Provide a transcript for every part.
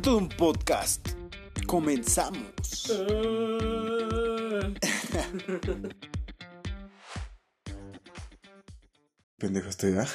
todo un podcast. Comenzamos. Pendejo estoy, ¿verdad?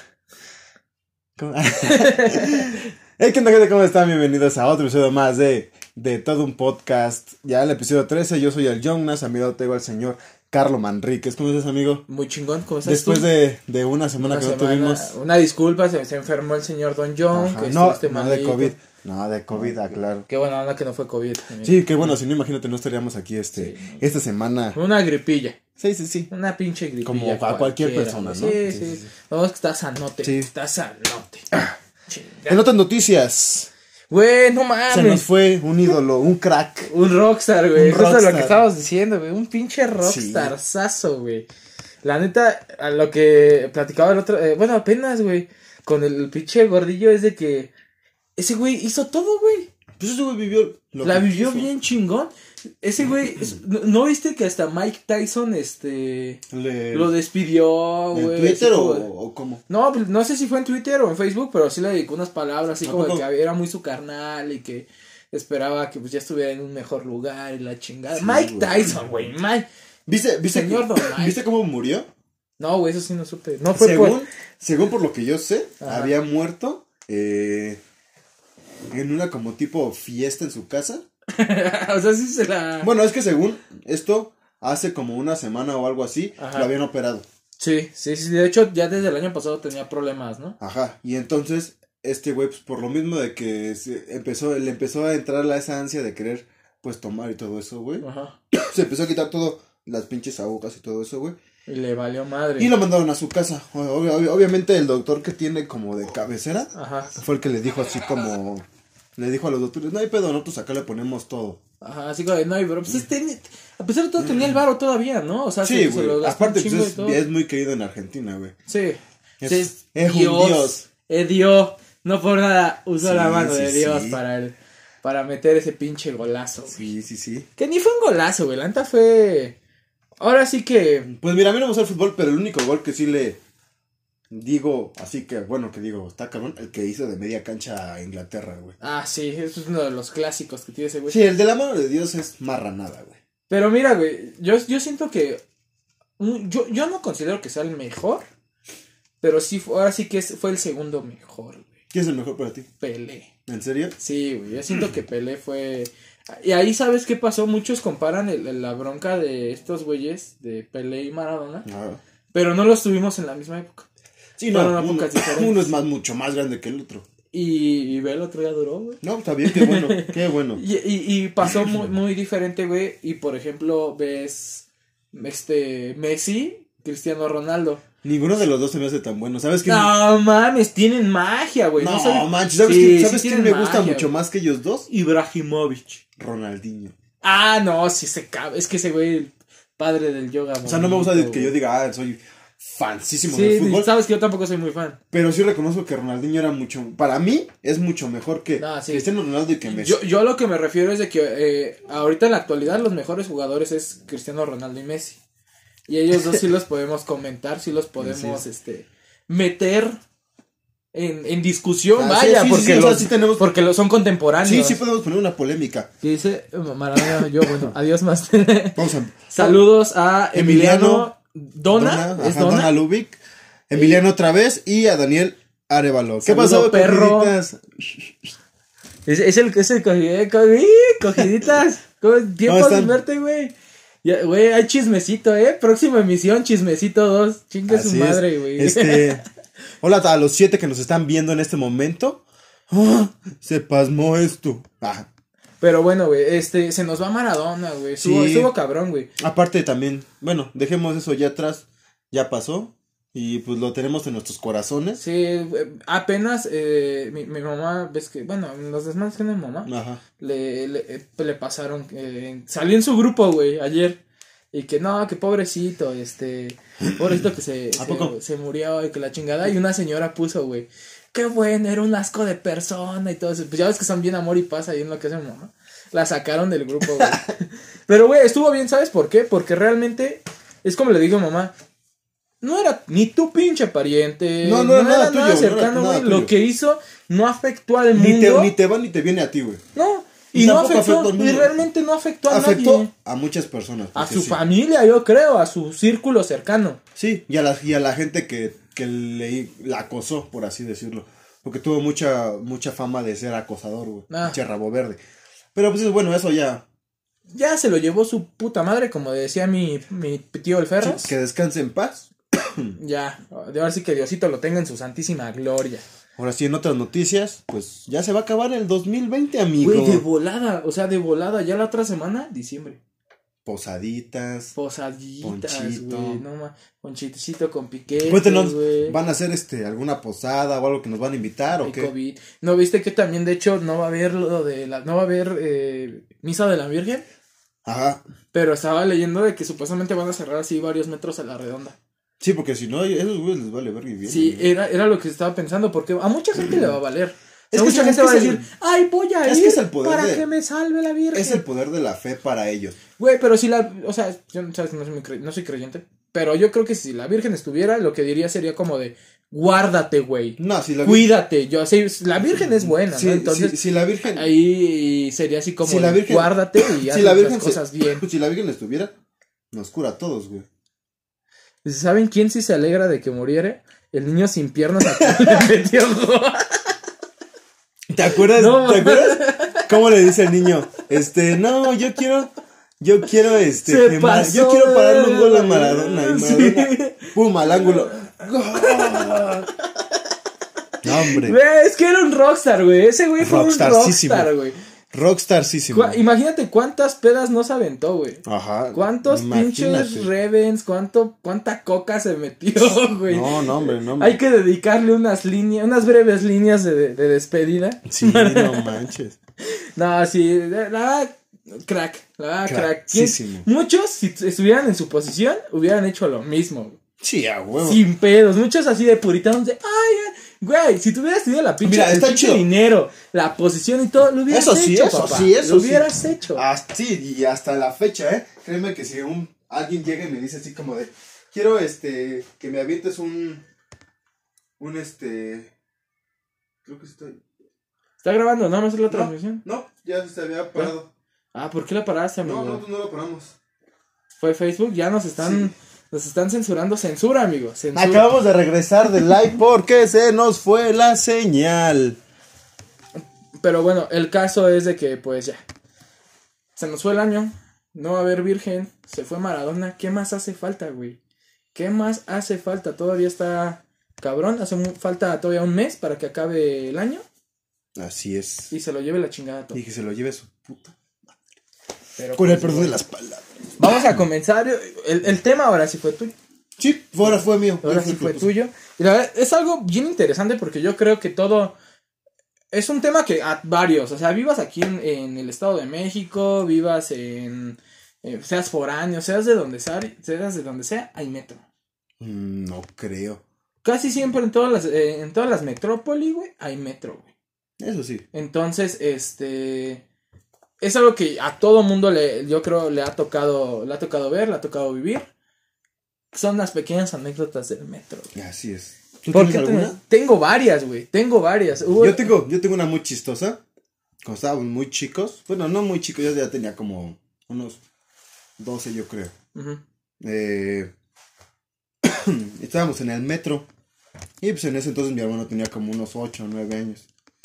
Hey, ¿qué onda, gente? ¿Cómo están? Bienvenidos a otro episodio más de todo un podcast. Ya el episodio 13, yo soy el Jonas, a mi lado tengo al señor Carlo Manríquez. ¿Cómo estás, amigo? Muy chingón, ¿cómo estás Después tú? de una semana Una que no semana, tuvimos. Una disculpa, se enfermó el señor Don John. Ajá, Que no, estuviste no de malito. COVID. No, de COVID, claro. Qué buena onda que no fue COVID. amigo. Sí, qué bueno, si no, imagínate, no estaríamos aquí esta semana. Una gripilla. Sí. Una pinche gripilla. Como a cualquier persona, ¿no? Sí. No, es que estás sanote. Sí. Estás sanote. En otras noticias, Güey, no se nos mames. fue un ídolo, un crack. Un rockstar, güey. Un Justo lo rockstar. que estábamos diciendo, güey. Un pinche rockstarzazo, güey. La neta, a lo que platicaba el otro. Bueno, apenas, güey. Con el pinche gordillo es de que. Ese güey hizo todo, güey. Pues ese güey vivió. La vivió bien chingón. Ese güey, ¿no viste que hasta Mike Tyson, lo despidió, ¿En güey? Twitter así como o cómo? No, pues, no sé si fue en Twitter o en Facebook, pero sí le dedicó unas palabras así ¿A como de poco? que era muy su carnal y que esperaba que pues ya estuviera en un mejor lugar y la chingada. Sí, Mike güey. Tyson, güey, Mike. ¿Viste, Señor Don Mike. ¿Viste cómo murió? No, güey, eso sí no supe. No fue por... Según por lo que yo sé, Ajá. había muerto en una como tipo fiesta en su casa. O sea, sí se la... Bueno, es que según esto, hace como una semana o algo así, Ajá. lo habían operado. Sí. De hecho, ya desde el año pasado tenía problemas, ¿no? Ajá, y entonces este güey, pues por lo mismo de que le empezó a entrar esa ansia de querer, pues tomar y todo eso, güey. Ajá. Se empezó a quitar todo, las pinches agujas y todo eso, güey. Y le valió madre. Y lo mandaron a su casa. Obviamente el doctor que tiene como de cabecera Ajá. fue el que le dijo así como... Le dijo a los doctores, no hay pedo, nosotros acá le ponemos todo. Ajá, así como de, no, pero pues a pesar de todo tenía el varo todavía, ¿no? O sea, Sí, se güey. lo gastó Aparte, un chingo pues y todo. es muy querido en Argentina, güey. Sí. Es Sí, un dios. Dios. No por nada usó Sí, la mano sí, de Dios sí. para meter ese pinche golazo, güey. Sí. Que ni fue un golazo, güey. La neta fue... Ahora sí que... Pues mira, a mí no me gusta el fútbol, pero el único gol que sí le digo, así que, bueno, que digo, está cabrón, el que hizo de media cancha a Inglaterra, güey. Ah, sí, eso es uno de los clásicos que tiene ese güey. Sí, el de la mano de Dios es marranada, güey. Pero mira, güey, yo siento que... Yo no considero que sea el mejor, pero sí, ahora sí que fue el segundo mejor, güey. ¿Quién es el mejor para ti? Pelé. ¿En serio? Sí, güey, yo siento que Pelé fue... Y ahí, ¿sabes qué pasó? Muchos comparan la bronca de estos güeyes, de Pelé y Maradona, Ajá. pero no los tuvimos en la misma época. Sí, no, Fueron épocas diferentes. uno es mucho más grande que el otro. Y ve el otro ya duró, güey. No, está bien, qué bueno, qué bueno. Y pasó muy, muy diferente, güey. Y por ejemplo, ves Messi, Cristiano Ronaldo. Ninguno de los dos se me hace tan bueno. ¿Sabes qué? No mames, tienen magia, güey. No, sabes- manches, ¿sabes Sí, quién sí me tienen gusta magia, mucho güey. más que ellos dos? Ibrahimovic. Ronaldinho. Ah, no, sí se cabe. Es que ese güey, el padre del yoga. O sea, no me gusta bonito, que yo güey. diga, soy fansísimo Sí, del fútbol. sabes que yo tampoco soy muy fan. Pero sí reconozco que Ronaldinho era mucho, para mí, es mucho mejor que No, sí. Cristiano Ronaldo y que Messi. Yo a lo que me refiero es de que ahorita en la actualidad los mejores jugadores es Cristiano Ronaldo y Messi. Y ellos dos sí los podemos comentar, sí los podemos meter en discusión, Ah, sí, vaya, sí, porque, sí, o sea, los, sí tenemos- porque son contemporáneos. Sí podemos poner una polémica. ¿Qué dice Maradona? Yo, bueno, adiós más. Vamos a... Saludos a Emiliano Dona, ¿es ajá, Dona Lubic, Emiliano otra vez y a Daniel Arevalo. ¿Qué Saludo, pasó, perro? cogiditas? Es el cogiditas. Tiempo ¿Cómo sin están? verte, güey. Ya, güey, hay chismecito, Próxima emisión, chismecito 2. Chingue su Así madre, es. güey. Hola a los 7 que nos están viendo en este momento. Se pasmó esto. Pero bueno, güey, se nos va Maradona, güey. Estuvo cabrón, güey. Aparte también, bueno, dejemos eso ya atrás. Ya pasó. Y pues lo tenemos en nuestros corazones. Sí, apenas mi mamá, ves que, bueno, los desmadres que no mi mamá, Ajá. le pasaron, salió en su grupo, güey, ayer. Y que no, que pobrecito, pobrecito que ¿A poco? se murió y que la chingada. Y una señora puso, güey, qué bueno, era un asco de persona y todo eso. Pues ya ves que son bien amor y paz ahí en lo que hace mi mamá. La sacaron del grupo, güey. Pero, güey, estuvo bien, ¿sabes por qué? Porque realmente, es como le digo a mamá, no era ni tu pinche pariente. No No era nada era nada tuyo, no era cercano, nada güey. tuyo. Lo que hizo no afectó al mundo. Ni te va ni te viene a ti, güey. No, Y y no tampoco afectó, afectó al y mundo. realmente no afectó a Afectó nadie. a muchas personas. A porque su sí. familia, yo creo, a su círculo cercano. Sí, y a la gente que la acosó, por así decirlo. Porque tuvo mucha fama de ser acosador, güey. Pinche rabo verde. Pero pues bueno, eso ya. Ya se lo llevó su puta madre, como decía mi tío el Ferras. Que descanse en paz. Ya, de ahora sí que Diosito lo tenga en su santísima gloria. Ahora sí, en otras noticias, pues ya se va a acabar el 2020, amigo. Güey, de volada, ya la otra semana, diciembre. Posaditas. Posaditas, Ponchito. güey, no más, ponchitito con piquete, Cuéntenos, güey. ¿van a hacer alguna posada o algo que nos van a invitar o Hay qué? COVID. ¿No viste que también, de hecho, no va a haber no va a haber misa de la Virgen? Ajá. Pero estaba leyendo de que supuestamente van a cerrar así varios metros a la redonda. Sí, porque si no, a esos güeyes les vale ver bien. Sí, era lo que estaba pensando, porque a mucha gente le va a valer. Es O sea, que mucha es gente que va a es decir, ay, voy a es ir que es el poder para de- que me salve la Virgen. Es el poder de la fe para ellos. Güey, pero si o sea, yo ¿sabes? No soy creyente, pero yo creo que si la Virgen estuviera, lo que diría sería como de, guárdate, güey. No, si la Cuídate. Yo sé, la Virgen es buena, Sí, ¿no? Entonces, si la Virgen. ahí sería así como, Si la Virgen- guárdate y haz si la las Virgen cosas bien. Si la Virgen estuviera, nos cura a todos, güey. ¿Saben quién sí se alegra de que muriere? El niño sin piernas a quien le metió gol. ¿Te acuerdas? No, ¿Te acuerdas? ¿Cómo le dice el niño? No, yo quiero Se pasó yo quiero pararle un gol a de- Maradona y Sí. Maradona, pum, al ángulo. ¡Gol! No, hombre. Güey, es que era un rockstar, güey. Ese güey fue un Rockstarsísimo. rockstar, güey. Rockstarsísimo. Imagínate cuántas pedas no se aventó, güey. Ajá. ¿Cuántos imagínate. pinches Revens? ¿Cuánta coca se metió, güey? No, hombre. Hay que dedicarle unas breves líneas de despedida. Sí, no manches. No, sí, la verdad, crack. Crackísimo. Muchos, si estuvieran en su posición, hubieran hecho lo mismo, güey. Sí, a huevo. Sin pedos, muchos así de puritanos de, ay, güey, si tú hubieras tenido Mira, el está pinche chido. dinero, la posición y todo, lo hubieras Eso sí, hecho, eso papá. sí, eso Lo sí. hubieras hecho. Sí, y hasta la fecha, créeme que si alguien llega y me dice así como de, quiero que me avientes creo que estoy. ¿Está grabando nada más la transmisión? No, ya se había parado. Ah, ¿por qué la paraste, amigo? No, no lo paramos. Fue Facebook, ya nos están censurando. Censura, amigo. Censura. Acabamos de regresar del live porque se nos fue la señal. Pero bueno, el caso es de que, pues ya. Se nos fue el año. No va a haber Virgen. Se fue Maradona. ¿Qué más hace falta, güey? ¿Qué más hace falta? Todavía está cabrón. Hace falta todavía un mes para que acabe el año. Así es. Y se lo lleve la chingada todo. Y que se lo lleve su puta. Pero, Con pues, el perdón de las palabras. vamos a comenzar. El tema ahora sí fue tuyo. Sí, ahora fue mío. Ahora sí fue tuyo. Y la verdad, es algo bien interesante porque yo creo que todo es un tema que a varios, o sea, vivas aquí en el Estado de México, vivas seas foráneo, seas de donde sea, hay metro. No creo. Casi siempre en todas las metrópoli, güey, hay metro, güey. Eso sí. Entonces, es algo que a todo mundo yo creo le ha tocado ver, le ha tocado vivir. Son las pequeñas anécdotas del metro, güey. Así es. ¿Tú ¿Por tienes qué alguna? Tengo varias, güey. Tengo varias. Yo tengo una muy chistosa. Cuando estábamos muy chicos. Bueno, no muy chicos, yo ya tenía como unos 12, yo creo. Ujú. Estábamos en el metro. Y pues en ese entonces mi hermano tenía como unos 8 o 9 años.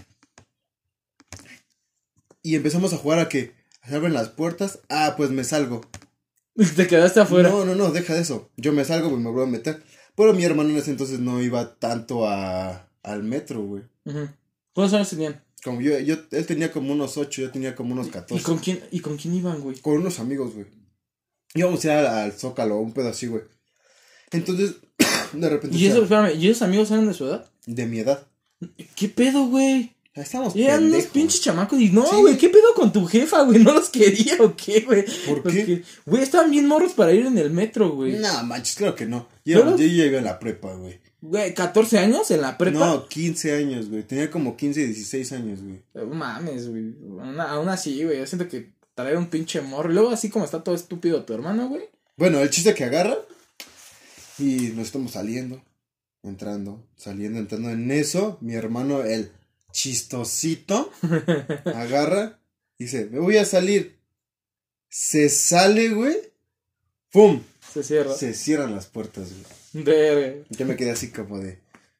Y empezamos a jugar a que se abren las puertas. Ah, pues me salgo. Te quedaste afuera. No, deja de eso. Yo me salgo, pues me vuelvo a meter. Pero mi hermano en ese entonces no iba tanto al metro, güey. Ujú. ¿Cuántos años tenían? Como él tenía como unos 8, yo tenía como unos 14. ¿Y con quién iban, güey? Con unos amigos, güey. Íbamos a ir al Zócalo, un pedo así, güey. Entonces, de repente... Espérame, ¿y esos amigos eran de su edad? De mi edad. ¿Qué pedo, güey? Estamos Eran unos pendejos. pinches chamacos y no, Sí. güey, ¿qué pedo con tu jefa, güey? ¿No los quería o qué, güey? ¿Por qué? Porque, güey, estaban bien morros para ir en el metro, güey. No, manches, claro que no. ¿Pero? Yo ya iba en la prepa, güey. Güey, 14 años en la prepa. No, 15 años, güey. Tenía como 15 y 16 años, güey. Mames, güey. Aún así, güey, yo siento que traer un pinche morro. Y luego así como está todo estúpido tu hermano, güey. Bueno, el chiste que agarra Y nos estamos saliendo, entrando, saliendo, entrando. En eso, mi hermano, el chistosito, agarra y dice, me voy a salir. Se sale, güey. ¡Pum! Se cierra. Se cierran las puertas, güey. Verga. Yo me quedé así como de...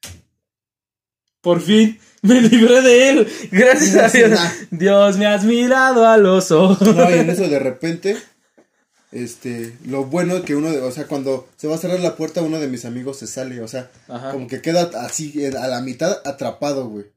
Por fin me libré de él. Gracias a Dios. Dios, me has mirado a los ojos. No, y en eso de repente, lo bueno que o sea, cuando se va a cerrar la puerta, uno de mis amigos se sale, o sea, Ajá. como que queda así, a la mitad, atrapado, güey.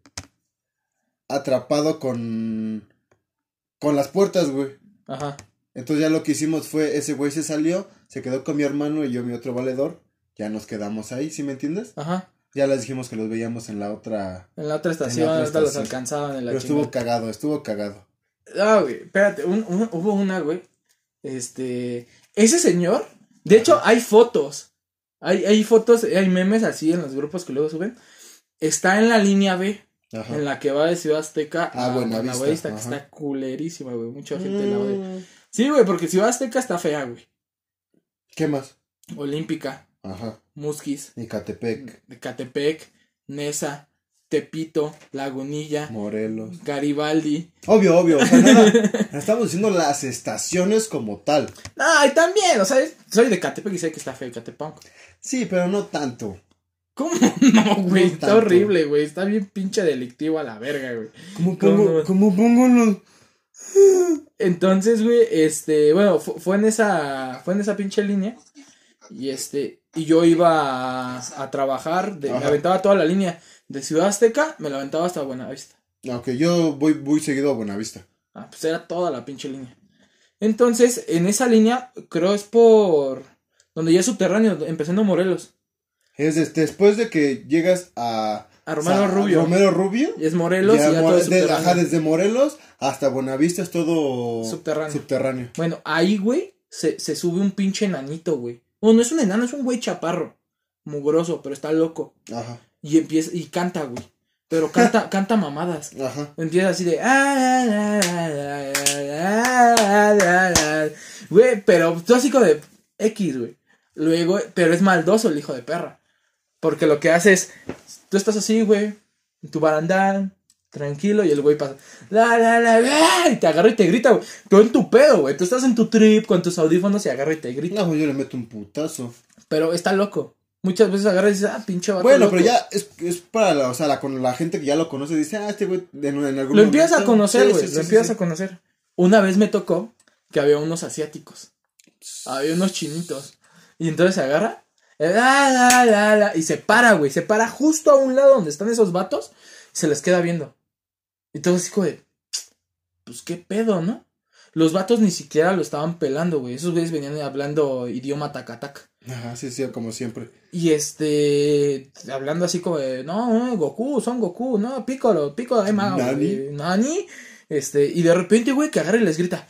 Atrapado con las puertas, güey. Ajá. Entonces ya lo que hicimos fue, ese güey se salió, se quedó con mi hermano y yo, mi otro valedor, ya nos quedamos ahí, ¿sí me entiendes? Ajá. Ya les dijimos que los veíamos en la otra... En la otra estación, ahorita los alcanzaban en la Pero estuvo cagado. Ah, güey, espérate, hubo una, güey. Ese señor, de hecho, hay fotos. Hay fotos, hay memes así en los grupos que luego suben. Está en la línea B, Ajá. en la que va de Ciudad Azteca a Buenavista, que ajá. está culerísima, güey. Mucha gente la odia. Sí, güey, porque Ciudad Azteca está fea, güey. ¿Qué más? Olímpica, Ajá. Musquis, Ecatepec, Nesa, Tepito, Lagunilla, Morelos, Garibaldi. Obvio, o sea, nada, estamos diciendo las estaciones como tal. Ah, y también, o sea, soy de Ecatepec y sé que está feo Ecatepec. Sí, pero no tanto. ¿Cómo no, güey? No Está tanto. horrible, güey. Está bien pinche delictivo a la verga, güey. ¿Cómo pongo los...? Entonces, güey, bueno, fue en esa pinche línea. Y yo iba a trabajar, me aventaba toda la línea de Ciudad Azteca, me la aventaba hasta Buenavista. Aunque yo voy seguido a Buenavista. Ah, pues era toda la pinche línea. Entonces, en esa línea, creo es por donde ya es subterráneo, empezando Morelos. Es después de que llegas a Romero Rubio. Y es Morelos y ya todo es subterráneo. Ajá, desde Morelos hasta Buenavista es todo subterráneo. Bueno, ahí, güey, se sube un pinche enanito, güey. No es un enano, es un güey chaparro. Mugroso, pero está loco. Ajá. Y empieza, y canta, güey. Pero canta mamadas. Ajá. Empieza así de... Güey, pero tú así como de X, güey. Luego, pero es maldoso el hijo de perra. Porque lo que hace es... Tú estás así, güey, en tu barandal, tranquilo, y el güey pasa... y te agarra y te grita, güey. Tú en tu pedo, güey. Tú estás en tu trip con tus audífonos y agarra y te grita. No, yo le meto un putazo. Pero está loco. Muchas veces agarra y dices, pinche vato bueno, loco. Pero ya es para con la gente que ya lo conoce, dice, este güey en algún Lo empiezas a conocer, güey, lo empiezas a conocer. Una vez me tocó que había unos asiáticos, había unos chinitos, y entonces se agarra, y se para, güey, se para justo a un lado donde están esos vatos, y se les queda viendo. Y todo así como de, pues qué pedo, ¿no? Los vatos ni siquiera lo estaban pelando, güey, esos güeyes venían hablando idioma tacataca. Ajá, sí, como siempre. Y hablando así como de, no, Goku, son Goku, no, Piccolo, Nani. Y de repente, güey, que agarra y les grita,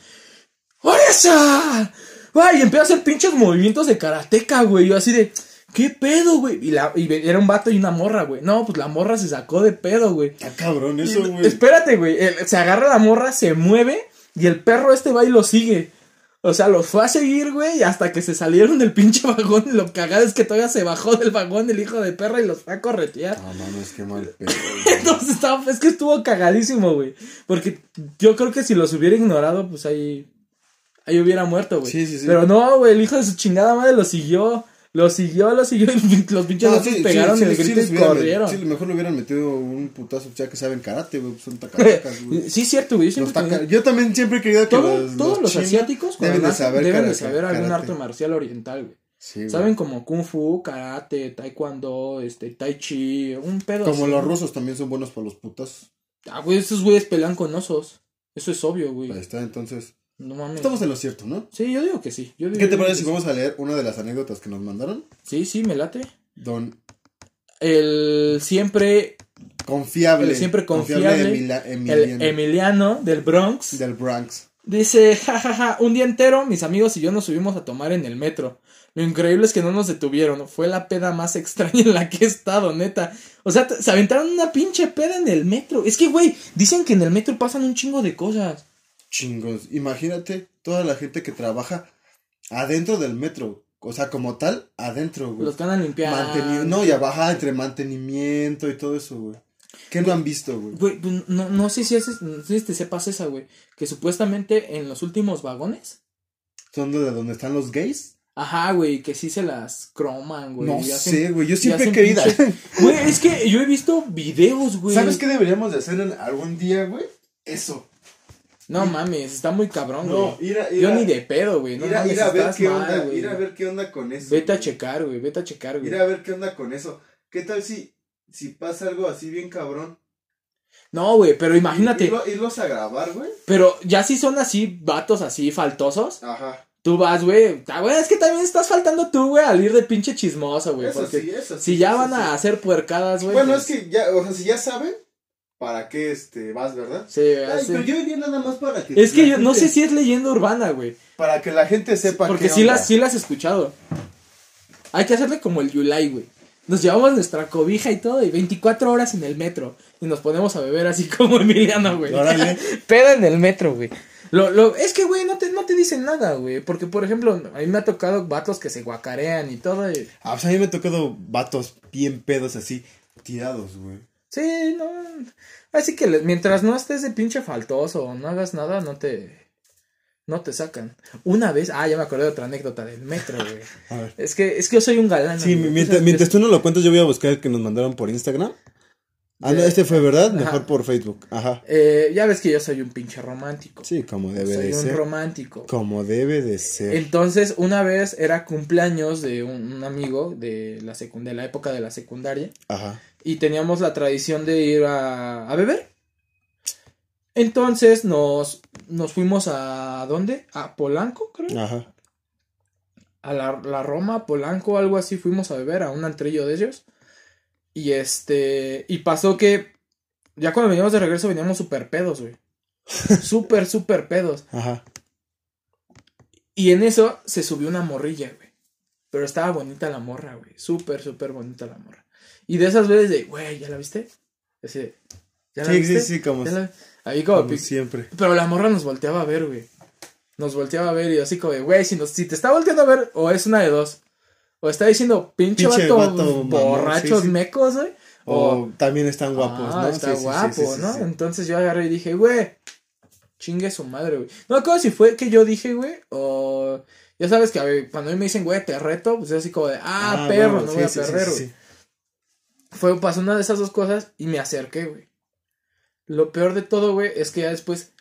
¡Oresa! Y empieza a hacer pinches movimientos de karateca, güey. Yo así de, ¿qué pedo, güey? Y era un vato y una morra, güey. No, pues la morra se sacó de pedo, güey. Está cabrón eso, güey. Espérate, güey. Se agarra la morra, se mueve y el perro va y lo sigue. O sea, los fue a seguir, güey, hasta que se salieron del pinche vagón. Y lo cagado es que todavía se bajó del vagón el hijo de perra y los fue a corretear. No, mames, qué mal pedo. Entonces es que estuvo cagadísimo, güey. Porque yo creo que si los hubiera ignorado, pues ahí hubiera muerto, güey. Sí. Pero no, güey, el hijo de su chingada madre lo siguió. Y los pinches vatos pegaron el grito y corrieron. Sí, mejor le hubieran metido un putazo, ya que saben karate, güey, son tacatacas, güey. Sí, cierto, güey. Yo también siempre he querido que todos los asiáticos deben de saber algún arte marcial oriental, güey. Sí, saben como kung fu, karate, taekwondo, tai chi, un pedo como así. Los rusos también son buenos para los putazos. Güey, esos güeyes pelean con osos. Eso es obvio, güey. Ahí está, entonces. No mames. Estamos en lo cierto, ¿no? Sí, yo digo que sí. ¿Qué te parece si vamos a leer una de las anécdotas que nos mandaron? Sí, me late. El siempre confiable. El Emiliano del Bronx. Dice, jajaja, un día entero mis amigos y yo nos subimos a tomar en el metro. Lo increíble es que no nos detuvieron. Fue la peda más extraña en la que he estado, neta. O sea, se aventaron una pinche peda en el metro. Es que, güey, dicen que en el metro pasan un chingo de cosas. Chingos. Imagínate toda la gente que trabaja adentro del metro. o sea, como tal, adentro, güey. Los que andan limpiando. No, y abajo entre mantenimiento y todo eso, güey. ¿Qué no han visto, güey? Güey, pues, no sé si no sé si te sepas esa, güey. Que supuestamente en los últimos vagones. ¿Son de donde están los gays? Ajá, güey, que sí se las croman, güey. No sé, güey, yo siempre he querido. Güey, es que yo he visto videos, güey. ¿Sabes qué deberíamos de hacer algún día, güey? Eso. No mames, está muy cabrón, güey. No, yo ni de pedo, güey. No mames, ir a ver estás qué mal, onda, güey. ir a ver qué onda con eso. Vete a checar, güey, vete a checar, güey. Ir a ver qué onda con eso. ¿Qué tal si pasa algo así bien cabrón? No, güey, pero imagínate. Irlos a grabar, güey. Pero ya si son así, vatos así, faltosos. Ajá. Tú vas, güey. Es que también estás faltando tú, güey, al ir de pinche chismoso, güey. Eso Porque sí, eso sí. si ya van a hacer puercadas, güey. Bueno, pues... es que ya, o sea, si ya saben, ¿para qué vas, verdad? Sí, Ay, sí. pero yo iría nada más para que. Es que yo no sé si es leyenda urbana, güey. Para que la gente sepa. Porque sí las he escuchado. Hay que hacerle como el Yulai, güey. Nos llevamos nuestra cobija y todo, y 24 horas en el metro. Y nos ponemos a beber así como Emiliano, güey. Órale. Peda en el metro, güey. Es que, güey, no te dicen nada, güey. Porque, por ejemplo, a mí me ha tocado vatos que se guacarean y todo. Y... pues a mí me ha tocado vatos bien pedos así, tirados, güey. Sí, no. Así que mientras no estés de pinche faltoso o no hagas nada, no te sacan. Una vez, ya me acordé de otra anécdota del metro, güey. A ver. Es que yo soy un galán. Sí, mientras tú no lo cuentas, yo voy a buscar el que nos mandaron por Instagram. No, este fue, ¿verdad? Mejor Ajá. Por Facebook. Ajá. Ya ves que yo soy un pinche romántico. Sí, como debe de ser. Soy un romántico. Como debe de ser. Entonces, una vez era cumpleaños de un amigo de la época de la secundaria. Ajá. Y teníamos la tradición de ir a beber. Entonces nos fuimos a ¿dónde? A Polanco, creo. Ajá. A la Roma, Polanco, algo así, fuimos a beber a un antrillo de ellos. Y pasó que ya cuando veníamos de regreso veníamos súper pedos, güey. Súper pedos. Ajá. Y en eso se subió una morrilla, güey. Pero estaba bonita la morra, güey. Súper bonita la morra. Y de esas veces de, güey, ¿ya la viste? Ese, ¿ya la viste? Sí, como, ahí como siempre. Pero la morra nos volteaba a ver, güey. Nos volteaba a ver y así como de, güey, si te está volteando a ver, o es una de dos. O está diciendo, pinche vato borrachos, sí. mecos, güey. O también están guapos, ¿no? Está sí, guapo, sí, ¿no? Sí. Entonces yo agarré y dije, güey, chingue su madre, güey. No me acuerdo si fue que yo dije, güey, o... Ya sabes que a ver, cuando a mí me dicen, güey, te reto, pues es así como de, perro, bueno, no voy a perder, güey. Pasó una de esas dos cosas y me acerqué, güey. Lo peor de todo, güey, es que ya después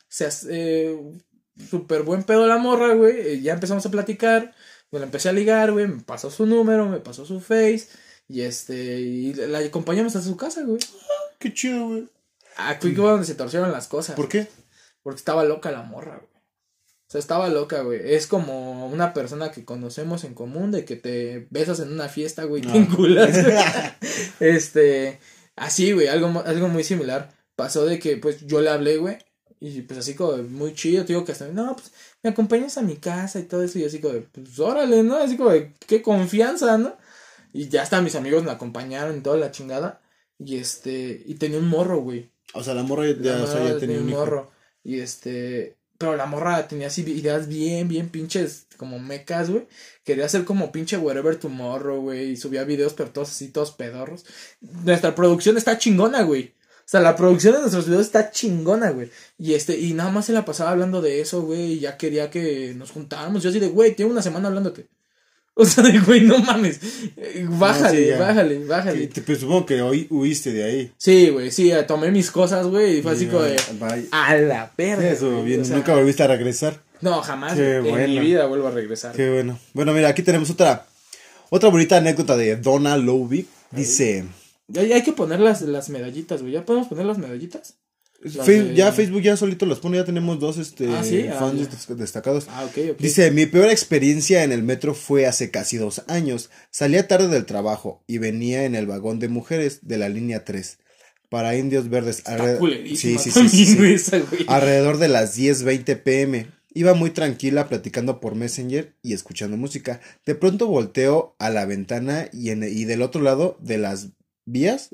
súper buen pedo la morra, güey. Ya empezamos a platicar. Me la empecé a ligar, güey. Me pasó su número, me pasó su face. Y la acompañamos a su casa, güey. Qué chido, güey. Fui donde se torcieron las cosas. ¿Por qué? Porque estaba loca la morra, güey. O sea, estaba loca, güey. Es como una persona que conocemos en común, de que te besas en una fiesta, güey, te enculas, güey. Así, güey, algo muy similar. Pasó de que, pues, yo le hablé, güey, y pues así como muy chido, te digo que hasta, no, pues, me acompañas a mi casa y todo eso, y así como, pues, órale, ¿no? Así como, qué confianza, ¿no? Y ya hasta mis amigos me acompañaron y toda la chingada, y tenía un morro, güey. O sea, la morra ya tenía un morro, y pero la morra tenía así ideas bien pinches, como mecas, güey. Quería hacer como pinche Wherever Tomorrow, güey. Y subía videos, pero todos así, todos pedorros. Nuestra producción está chingona, güey. O sea, la producción de nuestros videos está chingona, güey. Y nada más se la pasaba hablando de eso, güey. Y ya quería que nos juntáramos. Yo así de, güey, tengo una semana hablándote. O sea, de, güey, no mames. Bájale. Pero supongo que hoy huiste de ahí. Sí, güey, sí, tomé mis cosas, güey, y fue así como de, a la verga. Eso, bien, o sea, nunca volviste a regresar. No, jamás, Qué en mi vida vuelvo a regresar. Qué bueno. Bueno, mira, aquí tenemos otra bonita anécdota de Donna Lovick. Dice... Hay que poner las medallitas, güey. ¿Ya podemos poner las medallitas? Facebook ya solito las pone, ya tenemos dos fans destacados. Ok. Dice, mi peor experiencia en el metro fue hace casi 2 años. Salía tarde del trabajo y venía en el vagón de mujeres de la línea 3 para Indios Verdes. Sí. Alrededor de las 10:20 p.m. Iba muy tranquila platicando por Messenger y escuchando música. De pronto volteo a la ventana y del otro lado de las vías,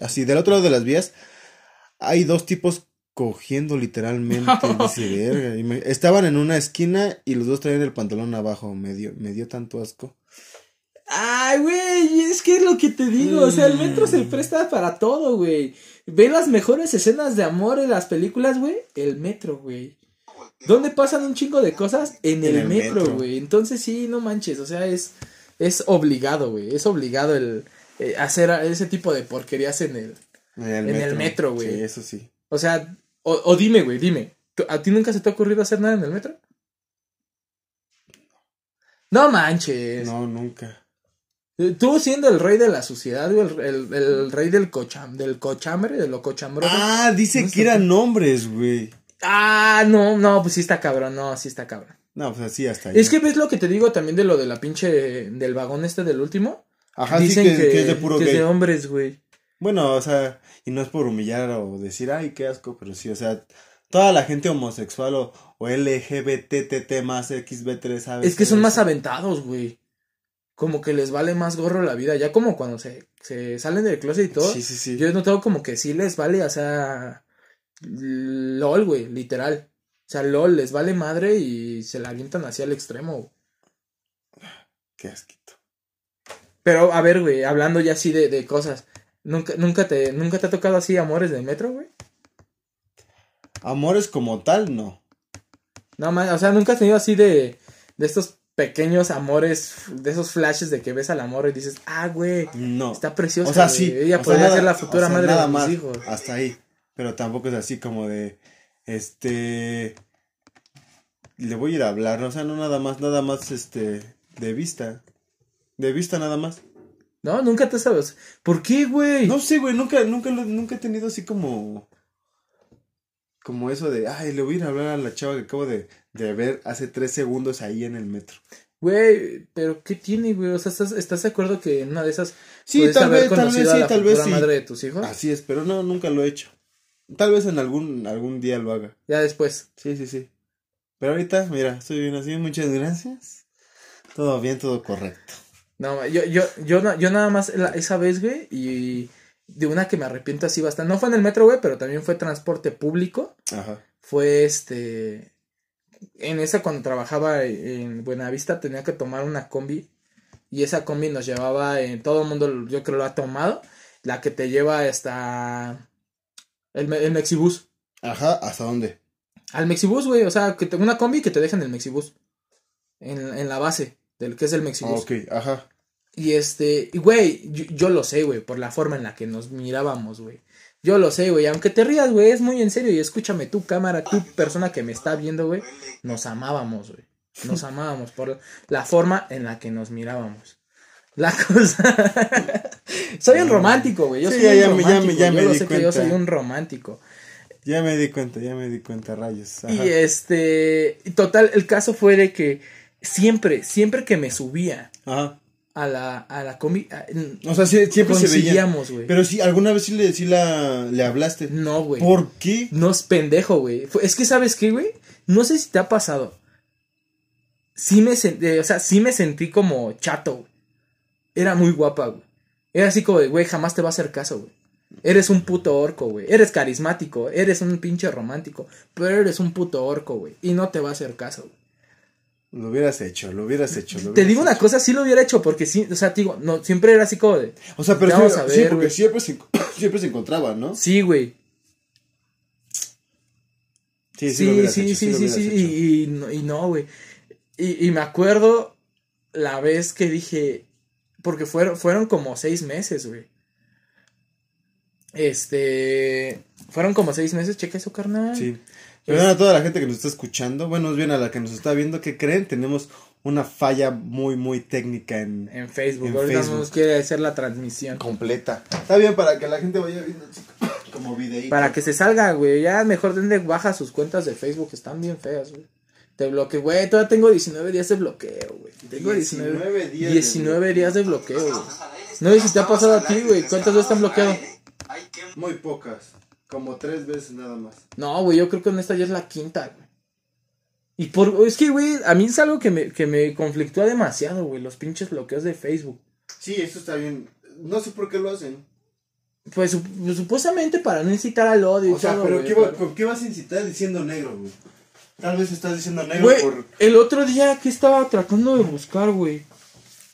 hay dos tipos cogiendo literalmente, dice, verga. Estaban en una esquina y los dos traían el pantalón abajo, me dio tanto asco. Ay, güey, es que es lo que te digo, o sea, el metro se presta para todo, güey. Ve las mejores escenas de amor en las películas, güey, el metro, güey. ¿Dónde pasan un chingo de cosas? En el metro, güey. Entonces sí, no manches, o sea, es obligado, güey, es obligado el hacer ese tipo de porquerías en el metro, güey. Sí, eso sí. O sea, o dime, güey, dime, ¿a ti nunca se te ha ocurrido hacer nada en el metro? No manches. No, nunca. Tú siendo el rey de la suciedad, güey, el rey del cochambre, de lo cochambroso. Ah, dice que eran hombres, güey. Ah, no, pues sí está cabrón, No, pues así hasta ahí. Es que ves lo que te digo también de lo de la pinche, del vagón del último. Ajá, dicen sí que es de puro que gay. es de hombres, güey. Bueno, o sea, y no es por humillar o decir, ay, qué asco, pero sí, o sea, toda la gente homosexual o LGBTT más XB3, ¿sabes? Es que son más aventados, güey. Como que les vale más gorro la vida. Ya como cuando se salen del closet y todo. Sí. Yo he notado como que sí les vale, o sea, LOL, güey, literal. O sea, LOL les vale madre y se la avientan hacia el extremo. Qué asquito. Pero, a ver, güey, hablando ya así de cosas. ¿Nunca te ha tocado así amores del metro, güey? Amores como tal, no. No, man, o sea, ¿nunca has tenido así de estos pequeños amores, de esos flashes de que ves al amor y dices, ah, güey, No. está preciosa, o sea, güey, sí. ella o podría sea, nada, ser la futura o sea, madre nada de mis más, hijos. hasta ahí. Pero tampoco es así como de, le voy a ir a hablar, o sea, no nada más, de vista. De vista nada más. No, nunca te sabes. ¿Por qué, güey? No sé, güey, nunca he tenido así como eso de, ay, le voy a ir a hablar a la chava que acabo de ver hace 3 segundos ahí en el metro. Güey, pero ¿qué tiene, güey? O sea, ¿estás de acuerdo que en una de esas Sí, puedes tal haber vez, conocido a la tal vez futura sí. madre de tus hijos? Así es, pero no, nunca lo he hecho. Tal vez en algún día lo haga. Ya después. Sí. Pero ahorita, mira, estoy bien así, muchas gracias. Todo bien, todo correcto. No, yo nada más esa vez, güey, y de una que me arrepiento así bastante. No fue en el metro, güey, pero también fue transporte público. Ajá. Fue en esa cuando trabajaba en Buenavista tenía que tomar una combi. Y esa combi nos llevaba, todo el mundo yo creo lo ha tomado, la que te lleva hasta el Mexibus. Ajá, ¿hasta dónde? Al Mexibus, güey, o sea, una combi que te deja en el Mexibus. En la base del que es el Mexibus. Ok, ajá. Y y güey, yo lo sé, güey, por la forma en la que nos mirábamos, güey. Yo lo sé, güey, aunque te rías, güey, es muy en serio. Y escúchame, tu cámara, tu persona que me está viendo, güey, nos amábamos, güey. Nos amábamos por la forma en la que nos mirábamos. La cosa... Soy un romántico, güey. Yo Sí, soy ya un romántico. me yo lo di sé que yo cuenta. soy un romántico. Ya me di cuenta, rayos. Ajá. Y total, el caso fue de que siempre que me subía Ajá. a la combi, O sea, siempre se veía. coincidíamos, güey. Pero sí, alguna vez sí le hablaste. No, güey. ¿Por qué? No es pendejo, güey. Es que, ¿sabes qué, güey? No sé si te ha pasado. Sí me sentí como chato, güey. Era muy guapa, güey. Era así como de, güey, jamás te va a hacer caso, güey. Eres un puto orco, güey. Eres carismático, eres un pinche romántico. Pero eres un puto orco, güey. Y no te va a hacer caso, güey. Lo hubieras hecho. Te digo una cosa, sí lo hubiera hecho, porque sí, o sea, digo, no, siempre era así como de... O sea, pero vamos a ver, sí, porque güey. siempre se encontraba, ¿no? Sí, güey. Sí, lo hubieras hecho, sí, lo hubieras hecho. y no, güey. Y me acuerdo la vez que dije, porque fueron como 6 meses, güey. Fueron como 6 meses, checa eso, carnal. Sí. Perdón a toda la gente que nos está escuchando. Bueno, más bien a la que nos está viendo. ¿Qué creen? Tenemos una falla muy, muy técnica en Facebook. en Ahorita Facebook. nos quiere hacer la transmisión. Completa. Está bien para que la gente vaya viendo como videíto. Para que se salga, güey. Ya mejor denle baja sus cuentas de Facebook. Están bien feas, güey. Te bloqueo, güey. Todavía tengo 19 días de bloqueo, güey. Tengo 19 días de bloqueo, güey. No sé si te ha pasado a ti, güey. ¿Cuántas veces te han bloqueado? Muy pocas. Como 3 veces nada más. No, güey, yo creo que en esta ya es la quinta, güey. Y es que, güey, a mí es algo que me conflictúa demasiado, güey, los pinches bloqueos de Facebook. Sí, eso está bien. No sé por qué lo hacen. Pues supuestamente para no incitar al odio y O sea, todo, pero güey, ¿por qué vas a incitar diciendo negro, güey? Tal vez estás diciendo negro güey, por... el otro día que estaba tratando de buscar, güey.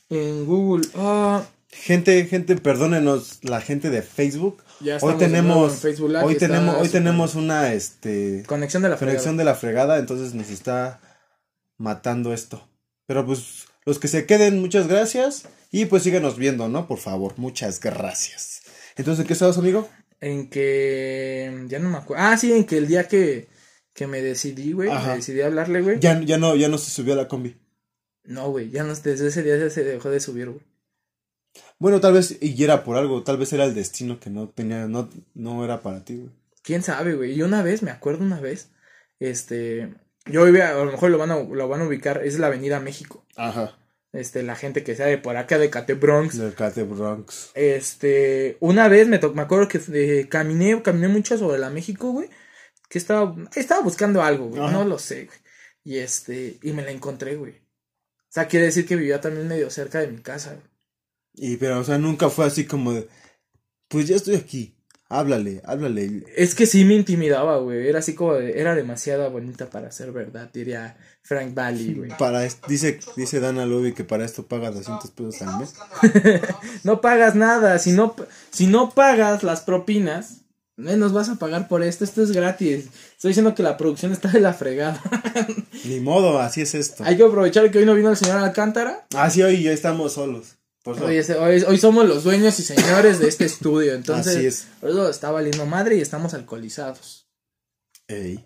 En Google. Gente, perdónenos, la gente de Facebook. Ya Hoy estamos de nuevo tenemos, en Facebook Live, hoy está tenemos súper- una, Conexión de la fregada. conexión de la fregada, entonces nos está matando esto. Pero pues, los que se queden, muchas gracias. Y pues síganos viendo, ¿no? Por favor, muchas gracias. Entonces, ¿en qué estabas, amigo? En que... Ya no me acuerdo. Sí, en que el día que me decidí, güey. Ajá. Me decidí a hablarle, güey. Ya no se subió a la combi. No, güey. Ya no, desde ese día ya se dejó de subir, güey. Bueno, tal vez, y era por algo, tal vez era el destino que no tenía, no era para ti, güey. ¿Quién sabe, güey? Y una vez, me acuerdo una vez, yo vivía, a lo mejor lo van a ubicar, es la Avenida México. Ajá. La gente que sea de por acá, de Cate Bronx. Del Cate Bronx. Una vez me acuerdo que caminé mucho sobre la México, güey, que estaba buscando algo, güey, Ajá. no lo sé, güey, y me la encontré, güey. O sea, quiere decir que vivía también medio cerca de mi casa, güey. Pero, o sea, nunca fue así como de, pues ya estoy aquí, háblale. Es que sí me intimidaba, güey. Era así como era demasiado bonita para ser verdad, diría Frank Valli, güey. Dice Dana Lobby que para esto paga 200 pesos al mes. No pagas nada. Si no pagas las propinas, menos vas a pagar por esto. Esto es gratis. Estoy diciendo que la producción está de la fregada. Ni modo, así es esto. Hay que aprovechar que hoy no vino el señor Alcántara. Sí, hoy ya estamos solos. Por favor. Hoy somos los dueños y señores de este estudio. Entonces, Así es. hoy lo está valiendo madre y estamos alcoholizados. Ey.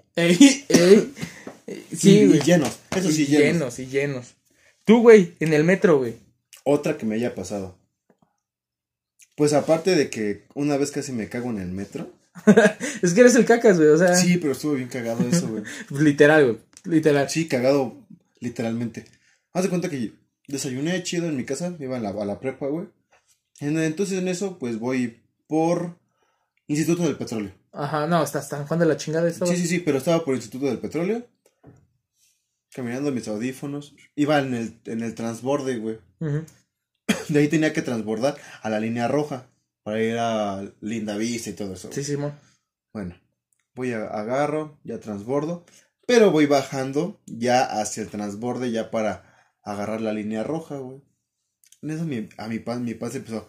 Sí, güey. Y llenos. Eso sí, llenos. Llenos. Tú, güey, en el metro, güey. Otra que me haya pasado. Pues aparte de que una vez casi me cago en el metro. Es que eres el cacas, güey, o sea. Sí, pero estuvo bien cagado eso, güey. Literal, güey. Literal. Sí, cagado, literalmente. Haz de cuenta que desayuné chido en mi casa, iba a la prepa, güey. Entonces en eso, pues voy por Instituto del Petróleo. Ajá, no, estás tan Juan de la chingada esto. Sí, pero estaba por Instituto del Petróleo. Caminando mis audífonos. Iba en el transborde, güey. Uh-huh. De ahí tenía que transbordar a la línea roja para ir a Linda Vista y todo eso. Sí, Simón. Bueno, agarro, ya transbordo, pero voy bajando ya hacia el transborde ya para agarrar la línea roja, güey. En eso mi pan se empezó.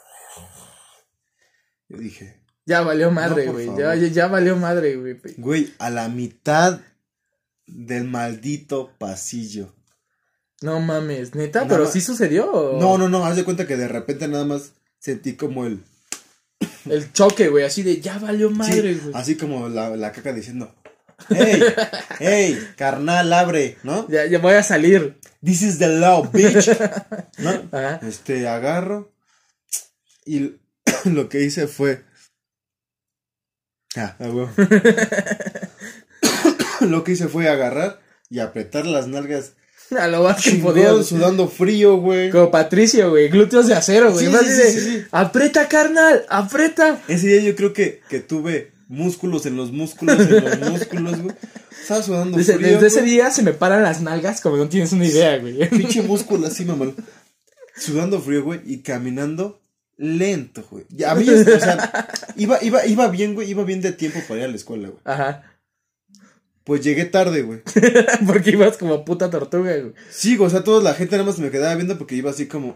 Yo dije, ya valió madre, no, güey. por favor. Ya valió madre, güey. Güey, a la mitad del maldito pasillo. No mames, neta, Nada pero más- sí sucedió. No, haz de cuenta que de repente nada más sentí como el... El choque, güey, así de ya valió Sí, madre, güey. así como la caca diciendo, hey, carnal, abre, ¿no? Ya voy a salir. This is the law, bitch. ¿No? Ajá. Agarro y lo que hice fue... huevo. Lo que hice fue agarrar y apretar las nalgas. A lo más que Chingón, podía. sudando frío, güey. Como Patricio, güey, glúteos de acero, güey. Sí, Más sí, de, sí. aprieta, carnal, aprieta. Ese día yo creo que tuve músculos en los músculos, güey. Estaba sudando frío, Desde ese güey. día se me paran las nalgas como no tienes una idea, güey. Pinche músculo así, mamá. Sudando frío, güey, y caminando lento, güey. Y a mí, o sea, iba bien, güey, iba bien de tiempo para ir a la escuela, güey. Ajá. Pues llegué tarde, güey. Porque ibas como puta tortuga, güey. Sí, o sea, toda la gente nada más me quedaba viendo porque iba así como...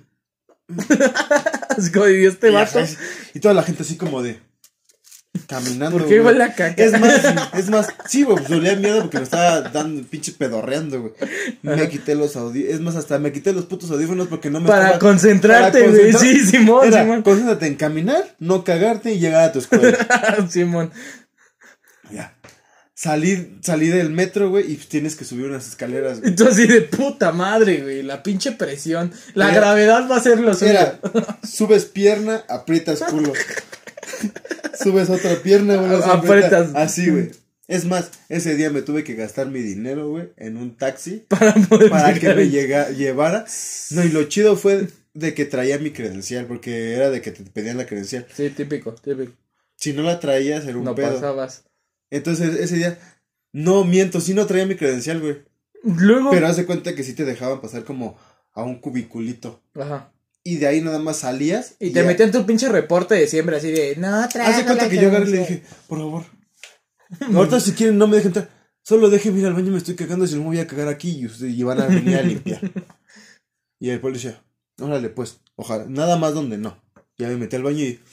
Así como de este vato. Y toda la gente así como de... Caminando, ¿Por qué güey. huele a caca? Es más, sí, güey, pues dolía miedo porque me estaba dando pinche pedorreando, güey. Me quité los audífonos, es más, hasta me quité los putos audífonos porque no me Para estaba- concentrarte, para güey. concentrar. Sí, Simón, Era, Simón. concéntrate en caminar, no cagarte y llegar a tu escuela. Simón. Ya. Salí del metro, güey, y tienes que subir unas escaleras, güey. Entonces, así de puta madre, güey. La pinche presión. La Era- gravedad va a ser lo suyo. Era, subes pierna, aprietas culo. Subes otra pierna, güey. Aprietas. Así, güey. Es más, ese día me tuve que gastar mi dinero, güey, en un taxi Para poder para que llegar me ahí. llevara. No, y lo chido fue de que traía mi credencial, porque era de que te pedían la credencial. Sí, típico. Si no la traías, era un No pedo. pasabas. Entonces, ese día, no miento, sí no traía mi credencial, güey. Luego. Pero haz de cuenta que sí te dejaban pasar como a un cubiculito. Ajá. Y de ahí nada más salías. Y te ya. metían tu pinche reporte de siempre, así de, no, Haz de cuenta que yo agarré y le dije, por favor. Ahorita si quieren no me dejen entrar. Solo déjenme ir al baño, me estoy cagando, si no me voy a cagar aquí y ustedes van a venir a limpiar. Y el policía, órale, pues, ojalá, nada más donde no. Ya me metí al baño y...